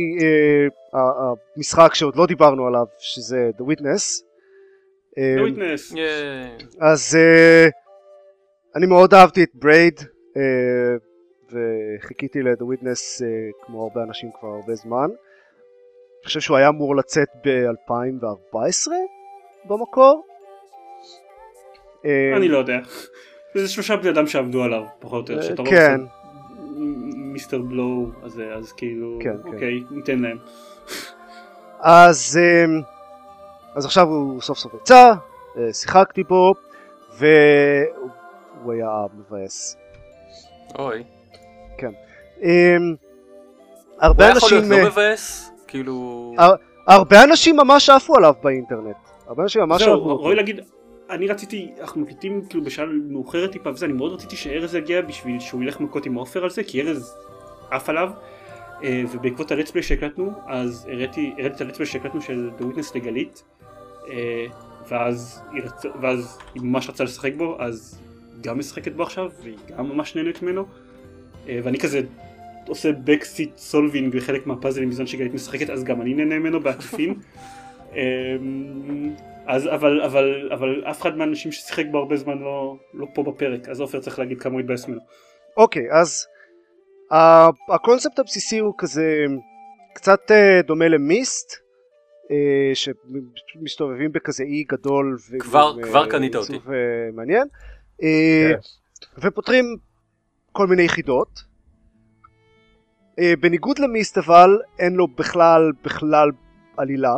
מהמשחק שעוד לא דיברנו עליו, שזה The Witness.
The Witness.
אז אני מאוד אהבתי את ברייד, וחיכיתי ל-The Witness כמו הרבה אנשים כבר הרבה זמן. אני חושב שהוא היה אמור לצאת ב-2014 במקור.
אני לא יודע. זה 3 בני אדם שעבדו עליו, פחות או יותר. שאתה
כן.
רוצה מיסטר בלו, אז כאילו, אוקיי, ניתן להם.
אז עכשיו הוא סוף סוף יצא, שיחקתי בו, והוא היה מבאס.
אוי.
כן. הרבה אנשים...
הוא יכול להיות לא מבאס? כאילו...
הרבה אנשים ממש עפו עליו באינטרנט. הרבה אנשים ממש עפו.
זהו, רואי להגיד, אני רציתי, אנחנו מקליטים כאילו בשעה מאוחרת טיפה וזה, אני מאוד רציתי שארז יגיע בשביל שהוא ילך מכות עם עופר על זה, כי ארז עף עליו, ובעקבות הלטספלי שהקלטנו, אז הראיתי את הלטספלי שהקלטנו של The Witness לגלית, ואז היא ממש רצה לשחק בו, אז גם משחקת בו עכשיו, והיא גם ממש נהנית ממנו, ואני כזה עושה backseat solving לחלק מהפאזלים בזמן שגלית משחקת, אז גם אני נהנה ממנו בעקיפין. אז אבל אף אחד מהאנשים ששיחק בו הרבה זמן לא פה בפרק, אז עופר צריך להגיד כמה הוא התבאס ממנו.
אוקיי, אז הקונספט הבסיסי הוא כזה קצת דומה למיסט, שמסתובבים בכזה אי גדול
כבר קנית אותי
מעניין, ופותרים כל מיני יחידות. בניגוד למיסט אבל אין לו בכלל עלילה,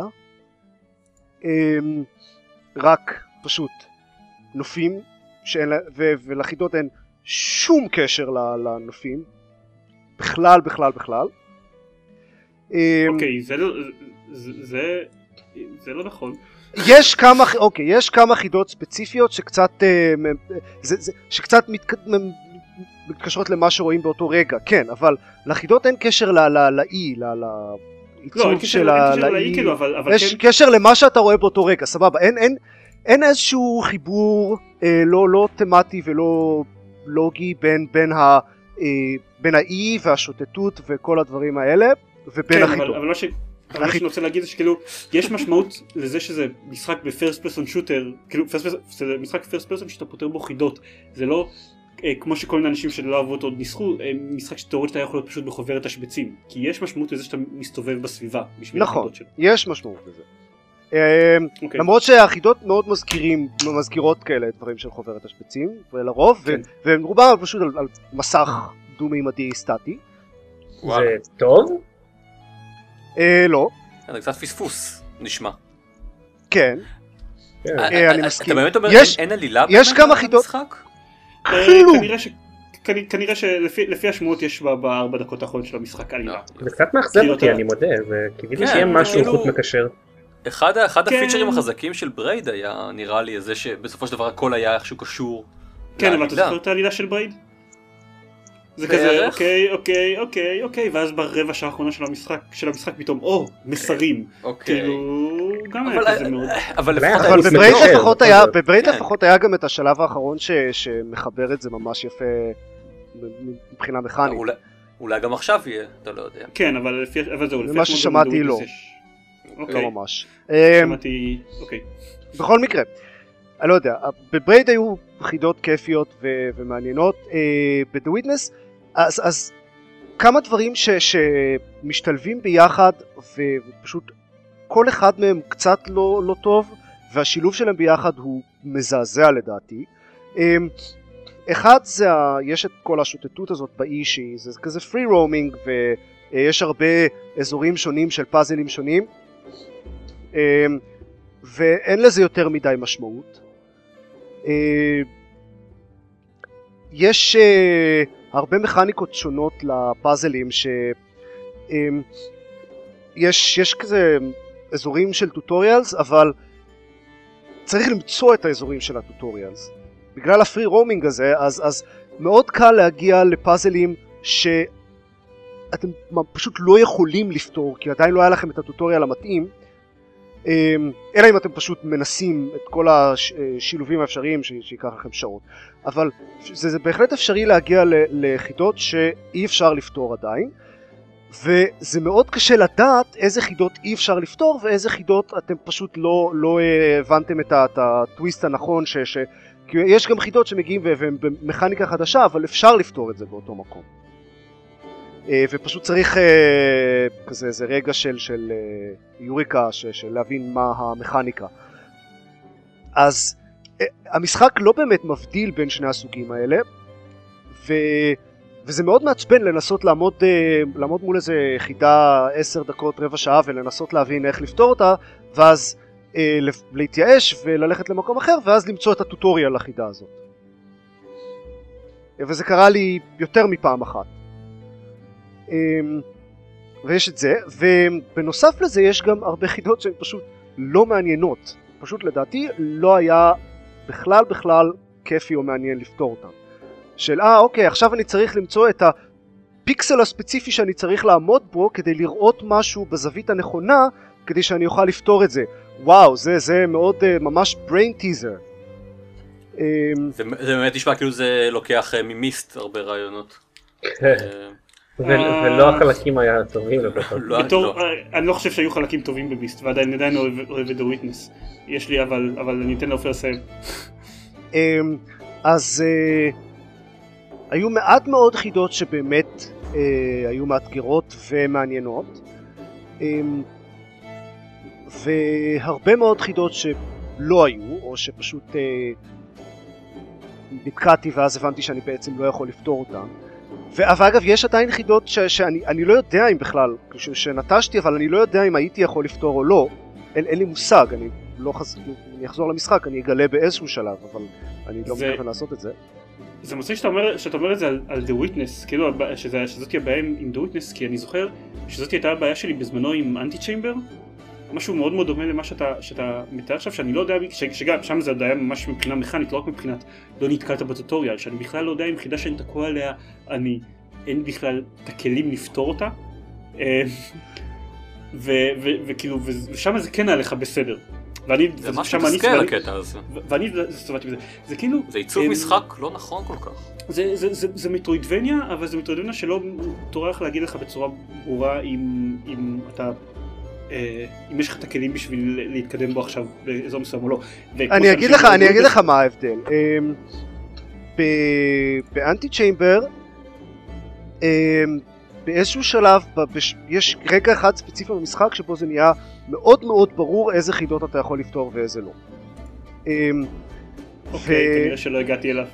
רק פשוט נופים ולחידות אין שום קשר לנופים בכלל.
אוקיי, זה לא נכון.
יש כמה חידות ספציפיות שקצת מתקשרות למה שרואים באותו רגע, כן, אבל לחידות אין קשר לאי, לעיצוב של האי, יש קשר למה שאתה רואה באותו רגע, סבבה, אין איזשהו חיבור לא תמטי ולא לוגי בין האי והשוטטות וכל הדברים האלה, ובין החידות.
אבל מה שאני רוצה להגיד זה שכאילו, יש משמעות לזה שזה משחק בפרסט פרסון שוטר, כאילו זה משחק פרסט פרסון שאתה פותר בו חידות, זה לא כמו שכל מיני אנשים שלא אהבו אותו ניסחו, משחק שתיאורטית שאתה יכול להיות פשוט בחוברת השבצים, כי יש משמעות לזה שאתה מסתובב בסביבה בשביל החידות שלו.
נכון, יש משמעות לזה. למרות שהחידות מאוד מזכירות כאלה דברים של חוברת השבצים, ולרוב, ורובם פשוט על מסך דו-מימדי סטטי.
זה טוב?
לא.
זה קצת פספוס, נשמע.
כן. אני מסכים.
אתה באמת אומר אין עלילה במשחק?
כנראה שלפי השמועות יש ב4 דקות האחרונות של המשחק עלילה.
זה קצת מאכזב אותי, אני מודה, וקיוויתי שיהיה משהו חוט מקשר.
אחד הפיצ'רים החזקים של ברייד היה נראה לי זה שבסופו של דבר הכל היה איכשהו קשור.
כן, אבל אתה זוכר את העלילה של ברייד? זה כזה אוקיי, ואז ברבע שעה האחרונה של המשחק פתאום, מסרים. כאילו, גם היה כזה מאוד.
אבל בברייד לפחות היה גם את השלב האחרון שמחבר את זה ממש יפה מבחינה מכנית.
אולי גם עכשיו יהיה, אתה לא יודע.
כן, אבל זהו, לפי
מה ששמעתי לא. לא ממש.
שמעתי, אוקיי.
בכל מקרה, אני לא יודע, בברייד היו חידות כיפיות ומעניינות, ב-The Witness, אז כמה דברים שמשתלבים ביחד ופשוט כל אחד מהם קצת לא טוב, והשילוב שלהם ביחד הוא מזעזע לדעתי. אחד זה, יש את כל השוטטות הזאת באי זה כזה free roaming, ויש הרבה אזורים שונים של פאזלים שונים, ואין לזה יותר מדי משמעות. יש הרבה מכניקות שונות לפאזלים, יש כזה אזורים של טוטוריאלס, אבל צריך למצוא את האזורים של הטוטוריאלס. בגלל הפרי רומינג הזה, אז מאוד קל להגיע לפאזלים שאתם פשוט לא יכולים לפתור, כי עדיין לא היה לכם את הטוטוריאל המתאים, אלא אם אתם פשוט מנסים את כל השילובים האפשריים שיקח לכם שעות. אבל זה בהחלט אפשרי להגיע לחידות שאי אפשר לפתור עדיין, וזה מאוד קשה לדעת איזה חידות אי אפשר לפתור ואיזה חידות אתם פשוט לא הבנתם את הטוויסט הנכון, כי יש גם חידות שמגיעים והם במכניקה חדשה, אבל אפשר לפתור את זה באותו מקום. ופשוט צריך כזה איזה רגע של יוריקה, של להבין מה המכניקה. אז המשחק לא באמת מבדיל בין שני הסוגים האלה, וזה מאוד מעצבן לנסות לעמוד מול איזה חידה 10 דקות, רבע שעה, ולנסות להבין איך לפתור אותה, ואז להתייאש וללכת למקום אחר, ואז למצוא את הטוטוריאל לחידה הזאת. וזה קרה לי יותר מפעם אחת. ויש את זה, ובנוסף לזה יש גם הרבה חידות שהן פשוט לא מעניינות. פשוט לדעתי לא היה בכלל כיפי או מעניין לפתור אותן. של אוקיי, עכשיו אני צריך למצוא את הפיקסל הספציפי שאני צריך לעמוד בו כדי לראות משהו בזווית הנכונה כדי שאני אוכל לפתור את זה. וואו, זה מאוד ממש brain teaser.
זה באמת נשמע כאילו זה לוקח ממיסט הרבה רעיונות.
ולא החלקים היה טובים לפחות.
אני לא חושב שהיו חלקים טובים במיסט, ועדיין אוהב את The Witness. יש לי, אבל אני אתן לאופר לסיים.
אז היו מעט מאוד חידות שבאמת היו מאתגרות ומעניינות, והרבה מאוד חידות שלא היו, או שפשוט נתקעתי ואז הבנתי שאני בעצם לא יכול לפתור אותן. ואגב, יש עדיין חידות שאני לא יודע אם בכלל, שנטשתי, אבל אני לא יודע אם הייתי יכול לפתור או לא. אין לי מושג, אני אחזור למשחק, אני אגלה באיזשהו שלב, אבל אני לא מתכוון לעשות את זה.
זה מצחיק שאתה אומר את זה על The Witness, כאילו שזאת הבעיה עם The Witness, כי אני זוכר שזאת הייתה הבעיה שלי בזמנו עם אנטי צ'יימבר, משהו מאוד מאוד דומה למה שאתה מתאר עכשיו, שאני לא יודע, שגם שם זה עוד היה ממש מבחינה מכנית, לא רק מבחינת לא נתקלת בטוטוריאל, שאני בכלל לא יודע אם חידה שאני תקוע עליה, אין בכלל את הכלים לפתור אותה, וכאילו, ושם זה כן היה לך בסדר.
זה משהו תסכל הקטע הזה.
ואני סתובעתי בזה. זה כאילו...
זה עיצוב משחק לא נכון כל כך.
זה מטרוידבניה, אבל זה מטרוידבניה שלא טורח להגיד לך בצורה ברורה אם אתה... אם יש לך את הכלים בשביל להתקדם בו עכשיו באזור מסוים או לא.
אני אגיד לך מה ההבדל. באנטי צ'יימבר, באיזשהו שלב, יש רגע אחד ספציפי במשחק שבו זה נהיה מאוד מאוד ברור איזה חידות אתה יכול לפתור ואיזה לא.
אוקיי, כנראה שלא הגעתי אליו.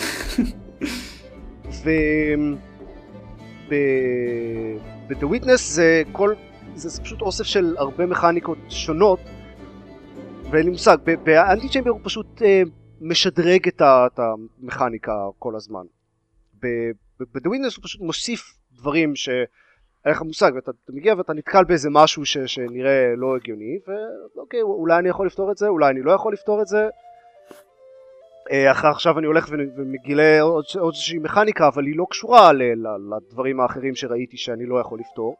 ב-The Witness זה פשוט אוסף של הרבה מכניקות שונות, ואין לי מושג, באנטי צ'יימבר הוא פשוט משדרג את המכניקה כל הזמן. ב-The Witness הוא פשוט מוסיף דברים שאין לך מושג, ואתה מגיע ואתה נתקל באיזה משהו שנראה לא הגיוני, ואוקיי, אולי אני יכול לפתור את זה, אולי אני לא יכול לפתור את זה. עכשיו אני הולך ומגילה עוד איזושהי מכניקה, אבל היא לא קשורה לדברים האחרים שראיתי שאני לא יכול לפתור.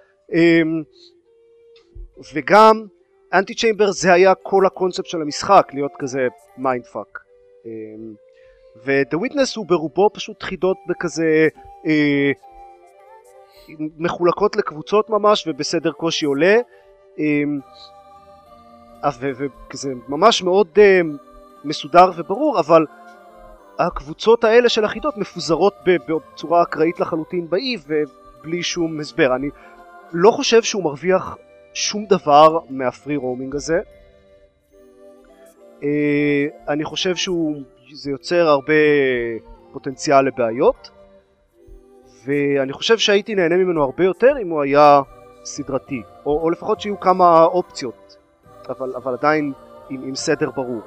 וגם אנטי צ'יימבר זה היה כל הקונספט של המשחק, להיות כזה מיינדפאק. ו-The Witness הוא ברובו פשוט חידות בכזה מחולקות לקבוצות ממש ובסדר קושי עולה, וכזה ממש מאוד מסודר וברור, אבל הקבוצות האלה של החידות מפוזרות בצורה אקראית לחלוטין באי ובלי שום הסבר. אני לא חושב שהוא מרוויח שום דבר מהפרי רומינג הזה. אני חושב שזה יוצר הרבה פוטנציאל לבעיות, ואני חושב שהייתי נהנה ממנו הרבה יותר אם הוא היה סדרתי, או לפחות שיהיו כמה אופציות, אבל עדיין עם סדר ברור.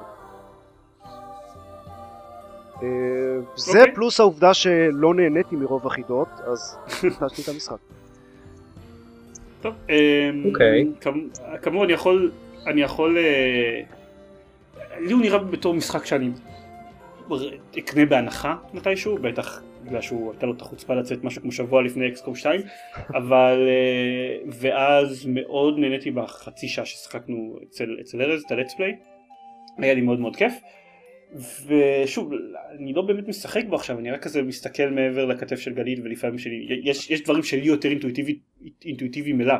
זה פלוס העובדה שלא נהניתי מרוב החידות, אז נתתי את המשחק.
טוב, כמובן אני יכול, לי הוא נראה בתור משחק שאני אקנה בהנחה מתישהו, בטח בגלל שהוא הייתה לו את החוצפה לצאת משהו כמו שבוע לפני אקסקום 2, אבל ואז מאוד נהניתי בחצי שעה ששחקנו אצל ארז את הלטס פליי, היה לי מאוד מאוד כיף, ושוב אני לא באמת משחק בו עכשיו, אני רק כזה מסתכל מעבר לכתף של גלית, ולפעמים יש דברים שלי יותר אינטואיטיבי מלא.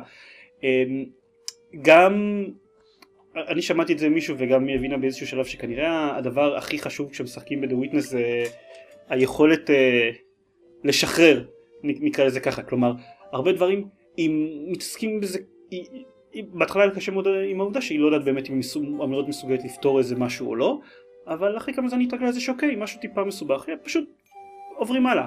גם אני שמעתי את זה מישהו וגם היא הבינה באיזשהו שלב שכנראה הדבר הכי חשוב כשמשחקים ב-The Witness זה היכולת לשחרר, נקרא לזה ככה. כלומר, הרבה דברים אם מתעסקים בזה, בהתחלה היה קשה מאוד עם העובדה שהיא לא יודעת באמת אם היא מאוד מסוגלת לפתור איזה משהו או לא, אבל אחרי כמה זמן היא התרגלה לזה שאוקיי, משהו טיפה מסובך, פשוט עוברים הלאה.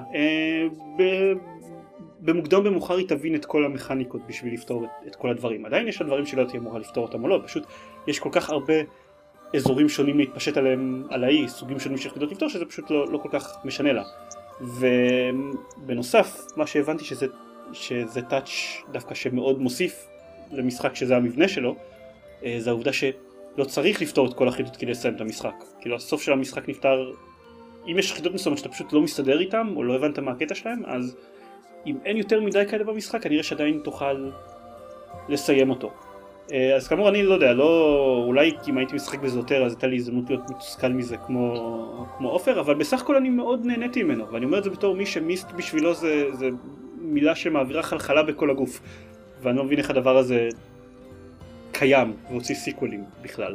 במוקדם במאוחר היא תבין את כל המכניקות בשביל לפתור את כל הדברים. עדיין יש הדברים שלא תהיה אמורה לפתור אותם או לא, פשוט יש כל כך הרבה אזורים שונים להתפשט עליהם על האי, סוגים שונים של יחידות לפתור, שזה פשוט לא כל כך משנה לה. ובנוסף, מה שהבנתי שזה טאץ' דווקא שמאוד מוסיף למשחק שזה המבנה שלו, זה העובדה שלא צריך לפתור את כל החידות כדי לסיים את המשחק. כאילו הסוף של המשחק נפתר, אם יש חידות מסוימות שאתה פשוט לא מסתדר איתם או לא הבנת מה הקטע שלהם, אז אם אין יותר מדי כאלה במשחק, כנראה שעדיין תוכל לסיים אותו. אז כאמור, אני לא יודע, אולי אם הייתי משחק בזה יותר, אז הייתה לי הזדמנות להיות מתוסכל מזה כמו אופר, אבל בסך הכל אני מאוד נהניתי ממנו, ואני אומר את זה בתור מי שמיסט בשבילו זה מילה שמעבירה חלחלה בכל הגוף, ואני לא מבין איך הדבר הזה קיים והוציא סיקוולים בכלל.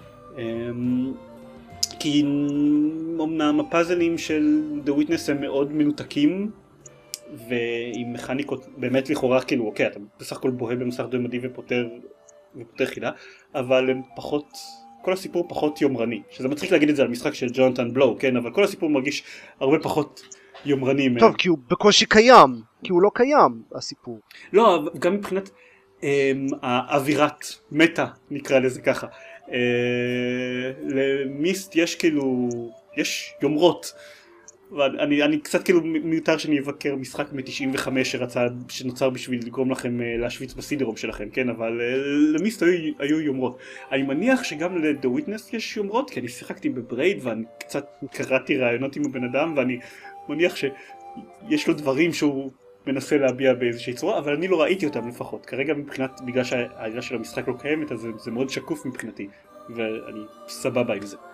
כי אמנם הפאזלים של The Witness הם מאוד מנותקים, ועם מכניקות באמת לכאורה כאילו אוקיי, אתה בסך הכל בוהה במסך דו-ממדי ופותר חידה, אבל הם פחות, כל הסיפור פחות יומרני, שזה מצחיק להגיד את זה על משחק של ג'ונתן בלו, כן, אבל כל הסיפור מרגיש הרבה פחות יומרני.
טוב, כי הוא בקושי קיים, כי הוא לא קיים הסיפור.
לא, גם מבחינת האווירת מטה, נקרא לזה ככה. למיסט יש כאילו, יש יומרות, ואני קצת כאילו מיותר שאני אבקר משחק מ-95 שנוצר בשביל לגרום לכם להשוויץ בסידרום שלכם, כן? אבל למיסט היו יומרות. אני מניח שגם ל-The Witness יש יומרות, כי אני שיחקתי בברייד ואני קצת קראתי רעיונות עם הבן אדם, ואני מניח שיש לו דברים שהוא מנסה להביע באיזושהי צורה, אבל אני לא ראיתי אותם לפחות. כרגע מבחינת, בגלל שהעילה של המשחק לא קיימת, אז זה מאוד שקוף מבחינתי, ואני סבבה עם זה.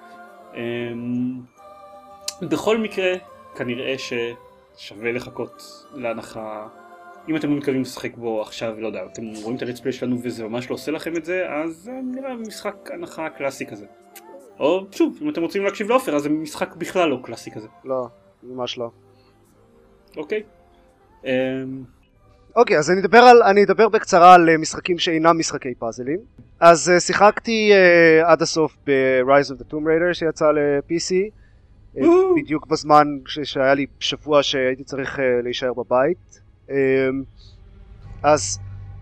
בכל מקרה, כנראה ששווה לחכות להנחה. אם אתם לא מתכוונים לשחק בו עכשיו, לא יודע, אתם רואים את הלטספליי שלנו וזה ממש לא עושה לכם את זה, אז נראה משחק הנחה קלאסי כזה. או שוב, אם אתם רוצים להקשיב לאופר, אז זה משחק בכלל לא קלאסי כזה.
לא, ממש לא.
אוקיי.
אוקיי, אז אני אדבר בקצרה על משחקים שאינם משחקי פאזלים. אז שיחקתי עד הסוף ב-Rise of the Tomb Raider שיצא ל-PC. בדיוק בזמן שהיה לי שבוע שהייתי צריך להישאר בבית. אז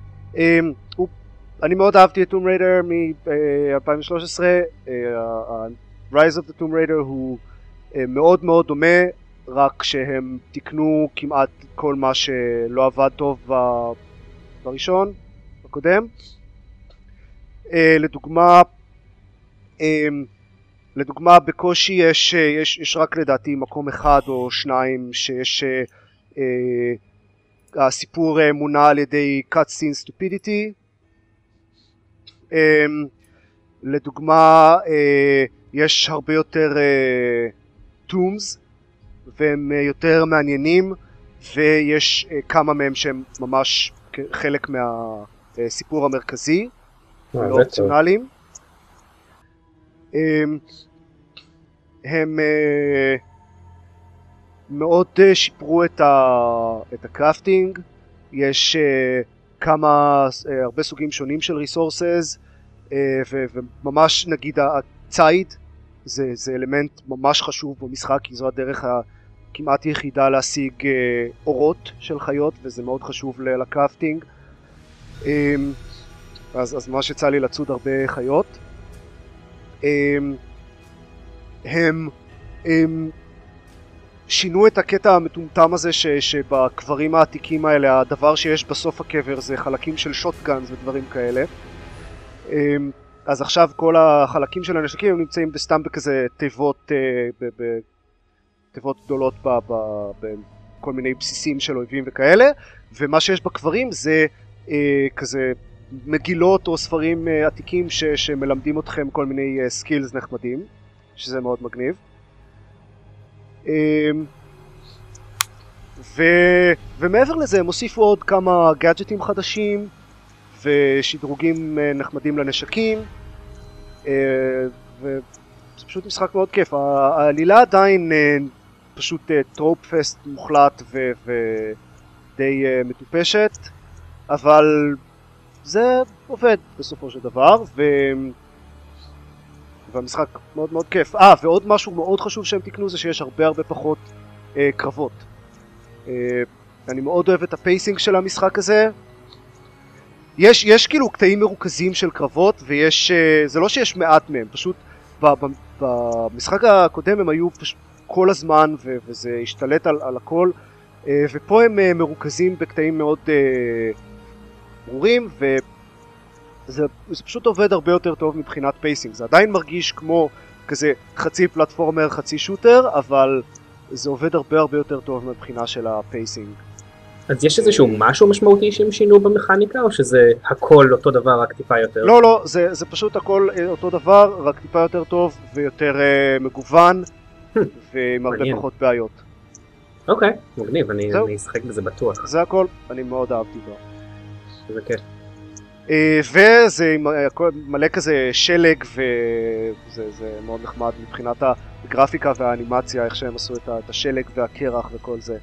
אני מאוד אהבתי את Tomb Raider מ-2013. Rise of the Tomb Raider הוא מאוד מאוד דומה, רק שהם תיקנו כמעט כל מה שלא עבד טוב בראשון, בקודם. לדוגמה בקושי יש רק לדעתי מקום אחד או שניים שיש הסיפור מונע על ידי cutscene stupidity. לדוגמה יש הרבה יותר tombs והם יותר מעניינים, ויש כמה מהם שהם ממש חלק מהסיפור המרכזי, לא אופציונליים. הם מאוד שיפרו את הקראפטינג. יש הרבה סוגים שונים של resources, וממש נגיד הציד זה אלמנט ממש חשוב במשחק, כי זו הדרך כמעט יחידה להשיג אורות של חיות, וזה מאוד חשוב לקראפטינג. אז ממש יצא לי לצוד הרבה חיות. הם שינו את הקטע המטומטם הזה שבקברים העתיקים האלה הדבר שיש בסוף הקבר זה חלקים של שוטגאנס ודברים כאלה. אז עכשיו כל החלקים של הנשקים הם נמצאים בסתם בכזה תיבות, תיבות גדולות בכל מיני בסיסים של אויבים וכאלה, ומה שיש בקברים זה כזה מגילות או ספרים עתיקים שמלמדים אתכם כל מיני סקילס נחמדים, שזה מאוד מגניב. ומעבר לזה הם הוסיפו עוד כמה גאדג'טים חדשים ושדרוגים נחמדים לנשקים, וזה פשוט משחק מאוד כיף. העלילה עדיין פשוט טרופ פסט מוחלט ודי מטופשת, אבל זה עובד בסופו של דבר, והמשחק מאוד מאוד כיף. ועוד משהו מאוד חשוב שהם תקנו זה שיש הרבה פחות קרבות. אני מאוד אוהב את הפייסינג של המשחק הזה. יש כאילו קטעים מרוכזים של קרבות, ויש, זה לא שיש מעט מהם, פשוט במשחק הקודם הם היו פשוט כל הזמן, וזה השתלט על הכל, ופה הם מרוכזים בקטעים מאוד ברורים, וזה פשוט עובד הרבה יותר טוב מבחינת פייסינג. זה עדיין מרגיש כמו כזה חצי פלטפורמר, חצי שוטר, אבל זה עובד הרבה יותר טוב מבחינה של הפייסינג.
אז יש איזשהו משהו משמעותי שהם שינו במכניקה, או שזה הכל אותו דבר רק טיפה יותר?
לא, זה פשוט הכל אותו דבר, רק טיפה יותר טוב ויותר מגוון ועם הרבה פחות בעיות.
אוקיי, מגניב, אני אשחק בזה בטוח.
זה הכל, אני מאוד אהבתי בו.
זה כיף.
וזה מלא כזה שלג, וזה מאוד נחמד מבחינת הגרפיקה והאנימציה, איך שהם עשו את השלג והקרח וכל זה.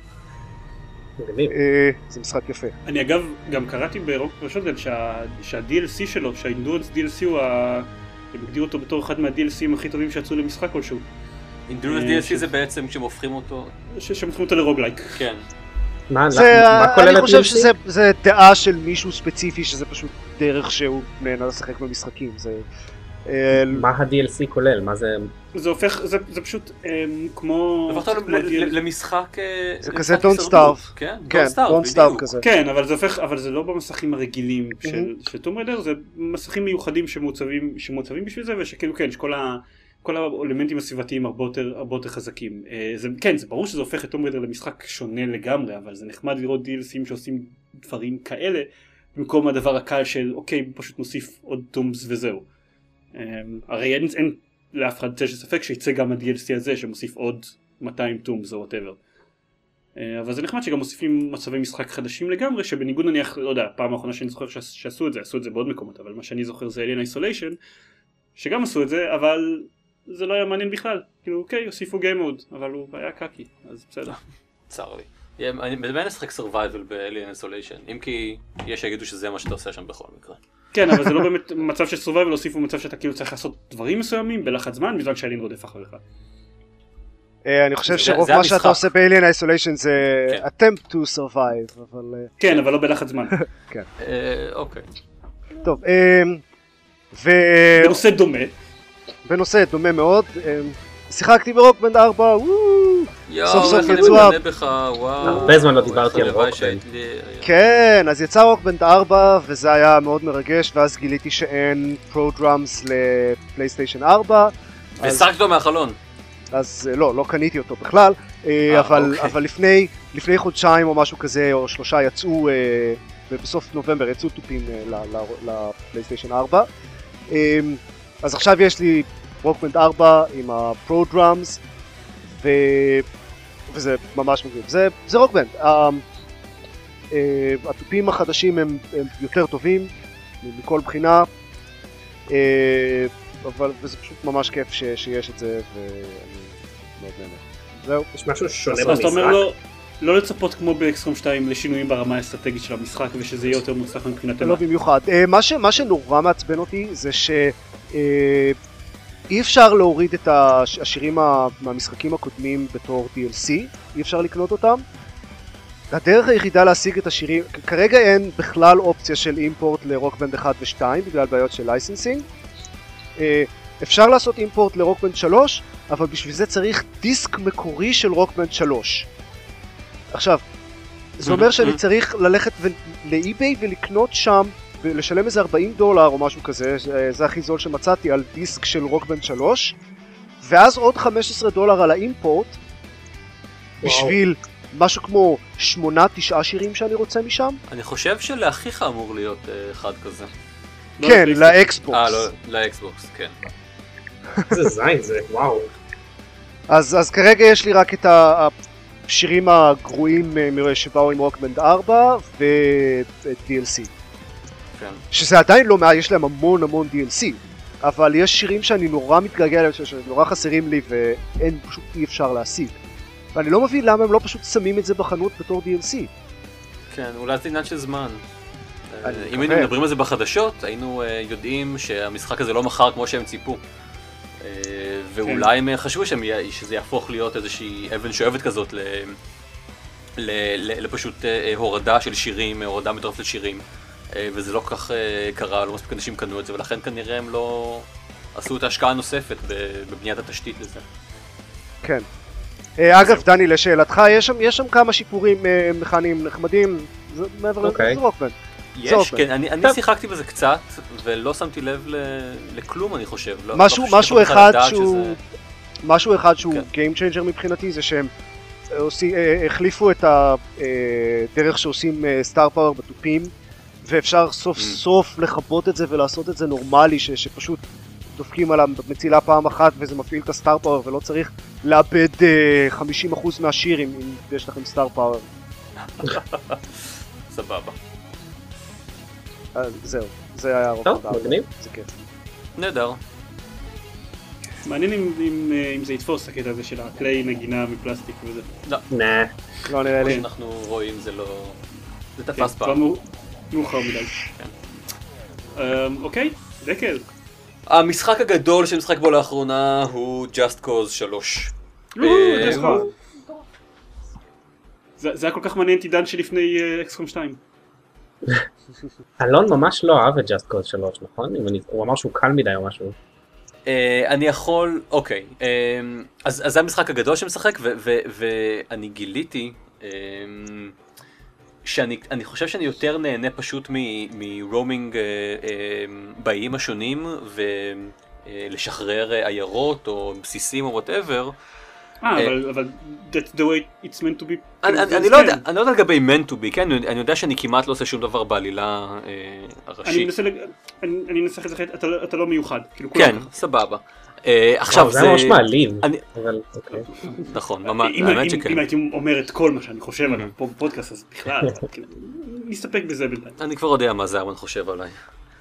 זה משחק יפה.
אני אגב גם קראתי ברוק פרשוטגן שה-DLC שלו, שהאינדורנס DLC הוא הם הגדירו אותו בתור אחד מה-DLCים הכי טובים שיצאו למשחק כלשהו.
אינדורנס DLC זה בעצם כשהם הופכים אותו...
שהם הופכים אותו לרוגלייק.
כן.
מה כולל
אני חושב שזה דעה של מישהו ספציפי, שזה פשוט דרך שהוא נהנה לשחק במשחקים.
מה ה-DLC כולל? מה זה?
זה הופך, זה פשוט כמו...
זה הפך למשחק...
זה כזה Don't Starve.
כן,
כן, Don't Starve כזה.
כן, אבל זה לא במסכים הרגילים של טום ריידר, זה מסכים מיוחדים שמוצבים בשביל זה, ושכאילו כן, כל האלמנטים הסביבתיים הרבה יותר חזקים. כן, זה ברור שזה הופך את טום ריידר למשחק שונה לגמרי, אבל זה נחמד לראות DLCים שעושים דברים כאלה, במקום הדבר הקל של אוקיי, פשוט נוסיף עוד טומס וזהו. הרי אין לאף אחד ספק שיצא גם ה-DLC הזה שמוסיף עוד 200 טומס או whatever. אבל זה נחמד שגם מוסיפים מצבי משחק חדשים לגמרי, שבניגוד נניח, לא יודע, פעם האחרונה שאני זוכר שעשו את זה בעוד מקומות, אבל מה שאני זוכר זה Alien Isolation, שגם עשו את זה, אבל זה לא היה מעניין בכלל. כאילו, אוקיי, הוסיפו Game Mode, אבל הוא היה קאקי, אז בסדר.
צר לי. אני באמת אשחק Survival ב-Alien Isolation, אם כי יש שיגידו שזה מה שאתה עושה שם בכל מקרה.
כן, אבל זה לא באמת מצב של Survival, הוסיפו מצב שאתה כאילו צריך לעשות דברים מסוימים בלחץ זמן, בזמן שהאלין רודף אחריך.
אני חושב שרוב מה שאתה עושה ב-Alien Isolation זה attempt to survive, אבל...
כן, אבל לא בלחץ זמן.
כן.
אוקיי.
טוב,
בנושא דומה.
בנושא דומה מאוד. שיחקתי ברוקבנד 4, סוף סוף יצאו...
הרבה זמן לא דיברתי על רוקבנד.
כן, אז יצא רוקבנד 4 וזה היה מאוד מרגש, ואז גיליתי שאין פרו דראמס לפלייסטיישן 4.
ושחקת אותו מהחלון.
אז לא קניתי אותו בכלל, אבל לפני חודשיים או משהו כזה או 3 יצאו, ובסוף נובמבר יצאו תופים לפלייסטיישן 4. אז עכשיו יש לי רוקבנד 4 עם הפרו דראמס, וזה ממש מגניב. זה רוקבנד. התופים החדשים הם יותר טובים מכל בחינה, אבל זה פשוט ממש כיף שיש את זה, ואני מאוד נהנה. זהו.
יש משהו שונה
במשחק. אז אתה אומר לא לצפות כמו באקסקום 2 לשינויים ברמה האסטרטגית של המשחק, ושזה יהיה יותר מוצלח מבחינתנו.
לא במיוחד. מה שנורא מעצבן אותי זה אי אפשר להוריד את השירים מהמשחקים הקודמים בתור DLC, אי אפשר לקנות אותם. הדרך היחידה להשיג את השירים, כרגע אין בכלל אופציה של אימפורט לרוקבנד 1 ו-2 בגלל בעיות של לייסנסינג. אפשר לעשות אימפורט לרוקבנד 3, אבל בשביל זה צריך דיסק מקורי של רוקבנד 3. עכשיו, זה אומר שאני צריך ללכת לאי-ביי ולקנות שם ולשלם איזה $40 או משהו כזה, זה הכי זול שמצאתי על דיסק של רוקבנד 3, ואז עוד $15 על האימפורט, בשביל משהו כמו 8-9 שירים שאני רוצה משם.
אני חושב שלאחיך אמור להיות אחד כזה.
כן, לאקסבוקס.
לא, לאקסבוקס, כן.
איזה זין זה, וואו.
אז כרגע יש לי רק את השירים הגרועים שבאו עם רוקבנד 4 ו-DLC.
כן.
שזה עדיין לא מעט, יש להם המון DLC, אבל יש שירים שאני נורא מתגעגע אליהם, שנורא חסרים לי ואין, פשוט אי אפשר להשיג. ואני לא מבין למה הם לא פשוט שמים את זה בחנות בתור DLC.
כן, אולי זה עניין של זמן. אם היינו מדברים על זה בחדשות, היינו יודעים שהמשחק הזה לא מכר כמו שהם ציפו. ואולי הם חשבו שזה יהפוך להיות איזושהי אבן שואבת כזאת לפשוט הורדה של שירים, הורדה מטורפת של שירים. וזה לא כל כך קרה, לא מספיק אנשים קנו את זה, ולכן כנראה הם לא עשו את ההשקעה הנוספת בבניית התשתית לזה. כן.
אגב, דני, לשאלתך, יש שם כמה שיפורים מכניים נחמדים, מעבר לזה רוקבנד.
יש, כן, אני שיחקתי בזה קצת, ולא שמתי לב לכלום, אני חושב.
משהו אחד שהוא Game Changer מבחינתי, זה שהם החליפו את הדרך שעושים סטאר פאוור בתופים, ואפשר סוף סוף לחבות את זה ולעשות את זה נורמלי, שפשוט דופקים על המצילה פעם אחת וזה מפעיל את הסטאר פאוור, ולא צריך לאבד 50% מהשיר אם יש לכם סטאר פאוור.
סבבה.
זהו, זה היה רוב.
טוב, מגניב.
זה כיף.
נהדר.
מעניין אם זה יתפוס הקטע הזה של הכלי נגינה מפלסטיק וזה.
לא.
לא נראה לי.
כמו שאנחנו רואים זה לא... זה תפס פעם.
מאוחר מדי. אוקיי, דקל.
המשחק הגדול שמשחק בו לאחרונה הוא Just Cause 3.
זה היה כל כך מעניין עידן שלפני אקסקום 2.
אלון ממש לא אהב את Just Cause 3, נכון? הוא אמר שהוא קל מדי או משהו.
אני יכול, אוקיי, אז זה המשחק הגדול שמשחק, ואני גיליתי שאני חושב שאני יותר נהנה פשוט מרומינג באיים השונים, ולשחרר עיירות או בסיסים או whatever.
אבל that's the way it's meant to be.
אני לא יודע לגבי meant to be, כן? אני יודע שאני כמעט לא עושה שום דבר בעלילה הראשית.
אני אנסח את זה אחרת, אתה לא מיוחד.
כן, סבבה. עכשיו
זה ממש מעליב.
נכון, האמת שכן.
אם הייתי אומר את כל מה שאני חושב עליו פה בפודקאסט, אז בכלל, נסתפק בזה בינתיים.
אני כבר יודע מה זה ארמן חושב עליי.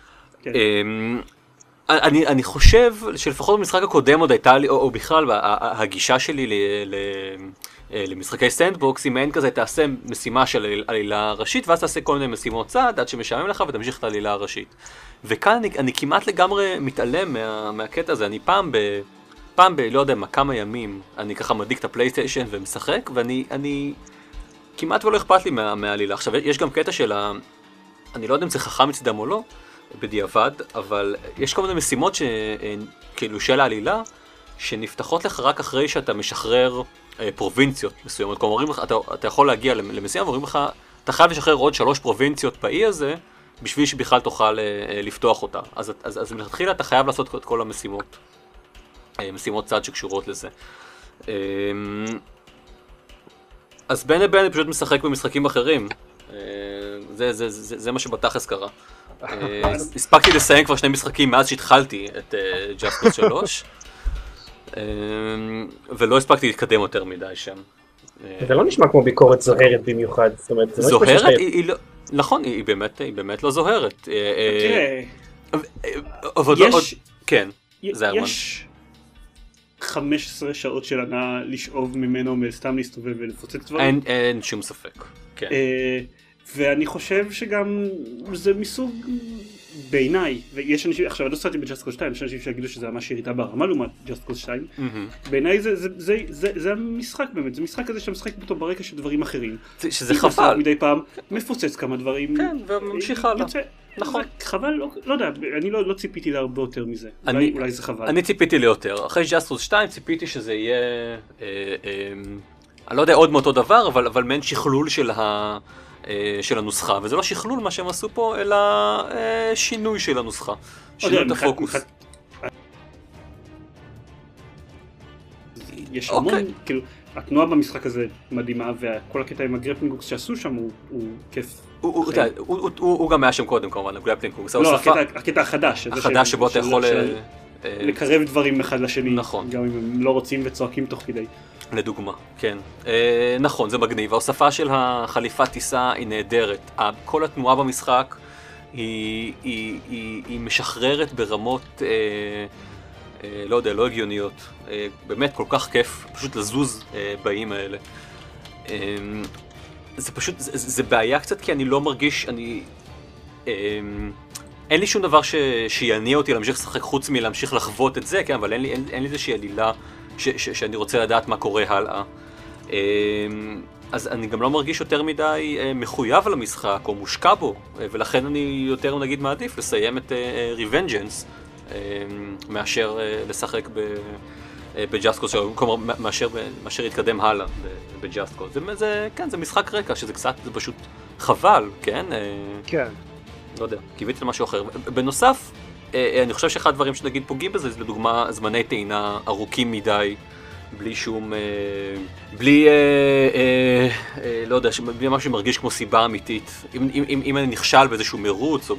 אני חושב שלפחות במשחק הקודם עוד הייתה לי, או בכלל הגישה שלי למשחקי סטנדבוקס, אם אין כזה תעשה משימה של עלילה ראשית, ואז תעשה כל מיני משימות צד עד שמשעמם לך ותמשיך את העלילה הראשית. וכאן אני כמעט לגמרי מתעלם מהקטע הזה. אני פעם לא יודע מה, כמה ימים, אני ככה מדיק את הפלייסטיישן ומשחק, ואני כמעט ולא אכפת לי מהעלילה. עכשיו, יש גם קטע של אני לא יודע אם זה חכם מצדם או לא, בדיעבד, אבל יש כל מיני משימות כאילו של העלילה, שנפתחות לך רק אחרי שאתה משחרר פרובינציות מסוימות. כלומר, אתה יכול להגיע למשימה, ואומרים לך, אתה חייב לשחרר עוד 3 פרובינציות באי הזה, בשביל שבכלל תוכל לפתוח אותה. אז מלכתחילה אתה חייב לעשות את כל המשימות. משימות צד שקשורות לזה. אז בין לבין אני פשוט משחק במשחקים אחרים. זה מה שבתכלס קרה. הספקתי לסיים כבר 2 משחקים מאז שהתחלתי את Just Cause 3. ולא הספקתי להתקדם יותר מדי שם.
זה לא נשמע כמו ביקורת זוהרת במיוחד.
זוהרת? נכון, היא באמת לא זוהרת.
תראה,
כן, זה ארמן.
יש 15 שעות של ענה לשאוב ממנו מסתם להסתובב ולפוצץ דברים.
אין שום ספק, כן.
ואני חושב שגם זה מסוג בעיניי, ויש אנשים, עכשיו אני לא סרטתי ב-Just Cause 2, יש אנשים שיגידו שזה ממש ירידה ברמה לעומת Just Cause 2, בעיניי זה המשחק באמת, זה משחק כזה שאתה משחק אותו ברקע של דברים אחרים.
שזה חבל.
מדי פעם מפוצץ כמה דברים.
כן, וממשיך הלאה. נכון.
חבל, לא יודע, אני לא ציפיתי להרבה יותר מזה, אולי זה חבל.
אני ציפיתי ליותר, אחרי Just Cause 2 ציפיתי שזה יהיה, אני לא יודע עוד מאותו דבר, אבל מעין שכלול של הנוסחה, וזה לא שכלול מה שהם עשו פה, אלא שינוי של הנוסחה, שינוי את הפוקוס.
יש המון, כאילו, התנועה במשחק הזה מדהימה, וכל הקטע עם הגרפלינג הוקס שעשו שם הוא כיף.
הוא גם היה שם קודם כמובן, הגרפלינג הוקס.
לא, הקטע החדש.
החדש שבו אתה יכול
לקרב דברים אחד לשני,
נכון.
גם אם הם לא רוצים וצועקים תוך כדי.
לדוגמה, כן. נכון, זה מגניב. ההוספה של החליפת טיסה היא נהדרת. כל התנועה במשחק היא משחררת ברמות, לא יודע, לא הגיוניות. באמת כל כך כיף פשוט לזוז באיים האלה. זה פשוט, זה בעיה קצת כי אני לא מרגיש, אין לי שום דבר שיניע אותי להמשיך לשחק חוץ מלהמשיך לחוות את זה, כן, אבל אין לי איזושהי עלילה שאני רוצה לדעת מה קורה הלאה. אז אני גם לא מרגיש יותר מדי מחויב על המשחק או מושקע בו, ולכן אני יותר נגיד מעדיף לסיים את Revengeance מאשר לשחק ב-Just Cause, כלומר מאשר להתקדם הלאה ב-Just Cause. כן, זה משחק רקע שזה קצת, זה פשוט חבל, כן?
כן.
לא יודע, קיוויתי למשהו אחר. בנוסף, אני חושב שאחד הדברים שנגיד פוגעים בזה, זה לדוגמה זמני טעינה ארוכים מדי, בלי שום, לא יודע, בלי משהו שמרגיש כמו סיבה אמיתית. אם אני נכשל באיזשהו מרוץ,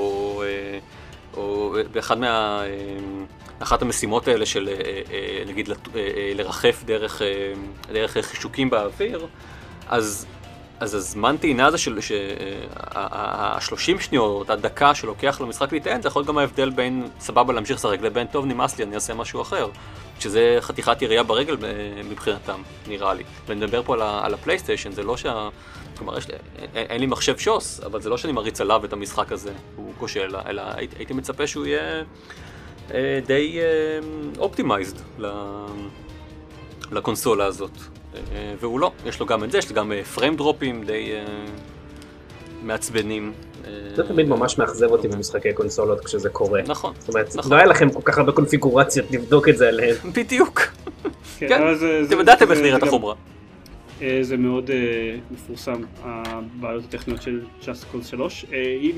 או באחד אחת המשימות האלה של, נגיד, לרחף דרך חישוקים באוויר, אז הזמן טעינה הזה של ה-30 שניות, הדקה שלוקח למשחק להיטען, זה יכול להיות גם ההבדל בין סבבה להמשיך לשחק לבין טוב נמאס לי, אני אעשה משהו אחר. שזה חתיכת ירייה ברגל מבחינתם, נראה לי. ונדבר פה על הפלייסטיישן, זה לא כלומר, אין לי מחשב שוס, אבל זה לא שאני מריץ עליו את המשחק הזה, הוא כושל, אלא הייתי מצפה שהוא יהיה די אופטימייזד לקונסולה הזאת. והוא לא, יש לו גם את זה, יש לו גם פריים דרופים מעצבנים.
זה תמיד ממש מאכזב אותי במשחקי קונסולות כשזה קורה.
נכון.
זאת אומרת, לא היה לכם כל כך הרבה קונפיגורציות לבדוק את זה עליהם.
בדיוק.
כן,
אתם ידעתם איך נראית החומרה.
זה מאוד מפורסם, הבעיות הטכניות של Just Cause 3.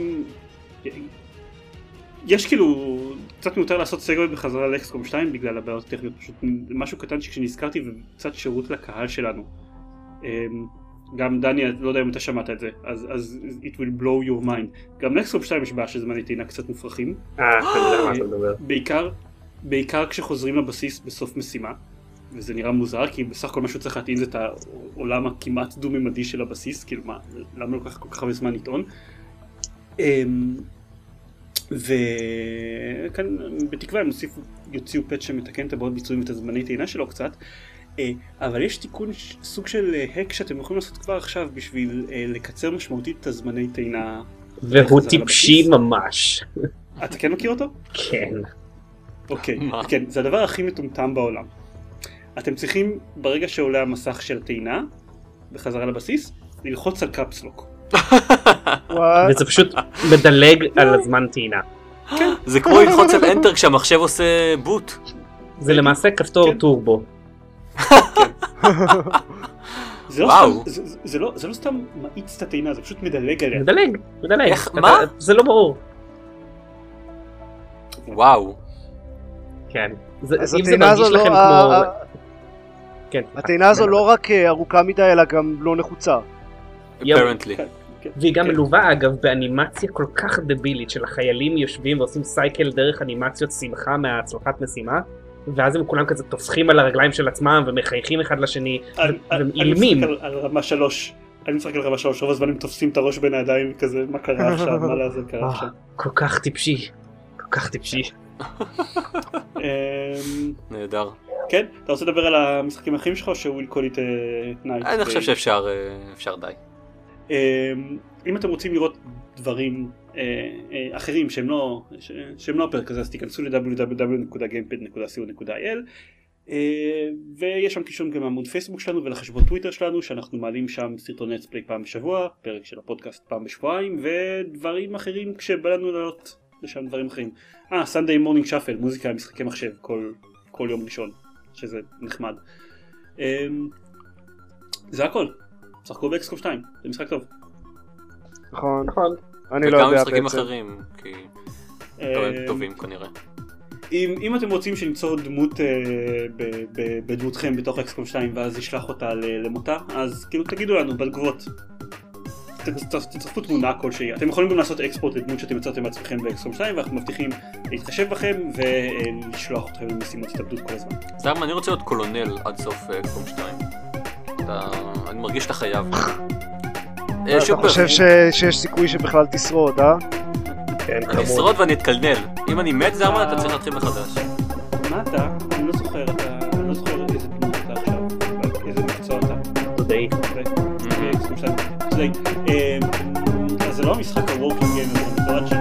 יש כאילו, קצת מיותר לעשות סגווי בחזרה לאקסקום 2 בגלל הבעיות הטכניות, פשוט משהו קטן שכשנזכרתי וקצת שירות לקהל שלנו. גם דני, לא יודע אם אתה שמעת את זה, אז it will blow your mind. גם לאקסקום 2 יש בעיה של זמני טעינה קצת מופרכים.
אני יודע מה אתה מדבר.
בעיקר כשחוזרים לבסיס בסוף משימה. וזה נראה מוזר, כי בסך הכל משהו צריך להתאים זה את העולם הכמעט דו-ממדי של הבסיס, כאילו מה, למה לא כל כך הרבה זמן לטעון? וכאן בתקווה הם יוציאו פאץ' שמתקן את הבעיות ביצועים ואת הזמני טעינה שלו קצת, אבל יש תיקון סוג של האק שאתם יכולים לעשות כבר עכשיו בשביל לקצר משמעותית את הזמני טעינה.
והוא טיפשי ממש.
אתה כן מכיר אותו?
כן.
אוקיי, כן, זה הדבר הכי מטומטם בעולם. אתם צריכים, ברגע שעולה המסך של הטעינה, בחזרה לבסיס, ללחוץ על קאפסלוק.
וזה פשוט מדלג על הזמן טעינה.
זה כמו ללחוץ על Enter כשהמחשב עושה בוט.
זה למעשה כפתור טורבו.
זה לא סתם מאיץ את הטעינה, זה פשוט מדלג עליה.
מדלג.
מה?
זה לא ברור.
וואו.
כן.
אז הטעינה הזו לא...
כן.
הטעינה הזו לא רק ארוכה מדי, אלא גם לא נחוצה.
apparently.
והיא גם מלווה אגב באנימציה כל כך דבילית של החיילים יושבים ועושים סייקל דרך אנימציות שמחה מהצלחת משימה, ואז הם כולם כזה טופחים על הרגליים של עצמם ומחייכים אחד לשני והם אילמים.
אני משחק על רמה 3, רוב הזמן הם תופסים את הראש בין הידיים כזה, מה קרה עכשיו, מה לעזר קרה עכשיו.
כל כך טיפשי.
נהדר.
כן? אתה רוצה לדבר על המשחקים האחרים שלך או שהוא ילקול את נייט?
אני חושב שאפשר די.
אם אתם רוצים לראות דברים אחרים שהם לא הפרק הזה, אז תיכנסו ל-www.gamepad.co.il ויש שם קישור גם לעמוד פייסבוק שלנו ולחשבון טוויטר שלנו שאנחנו מעלים שם סרטוני לטספליי פעם בשבוע, פרק של הפודקאסט פעם בשבועיים ודברים אחרים כשבא לנו לעלות לשם דברים אחרים. Sunday Morning Shuffle, מוזיקה משחקי מחשב כל יום ראשון, שזה נחמד. זה הכל. שחקו באקסקום 2, זה משחק טוב.
נכון. אני לא יודע בעצם.
וגם משחקים אחרים, כי טובים כנראה.
אם אתם רוצים שניצור דמות בדמותכם בתוך אקסקום 2 ואז ישלח אותה למותה, אז כאילו תגידו לנו בתגובות. תצטרפו תמונה כלשהי. אתם יכולים גם לעשות אקספורט לדמות שאתם יצרתם בעצמכם באקסקום 2 ואנחנו מבטיחים להתחשב בכם ולשלוח אתכם למשימות התאבדות כל הזמן.
זרם, אני רוצה להיות קולונל עד סוף אקסקום 2. אני מרגיש שאתה חייב.
אתה חושב שיש סיכוי שבכלל תשרוד, אה?
כן,
אני אשרוד ואני אתקלנל. אם אני מת זרמן אתה צריך להתחיל מחדש.
מה אתה? אני לא זוכר איזה דמות אתה עכשיו, איזה מקצוע אתה.
תודאי.
אז זה לא המשחק הוורקינג גיים, זה המקצוע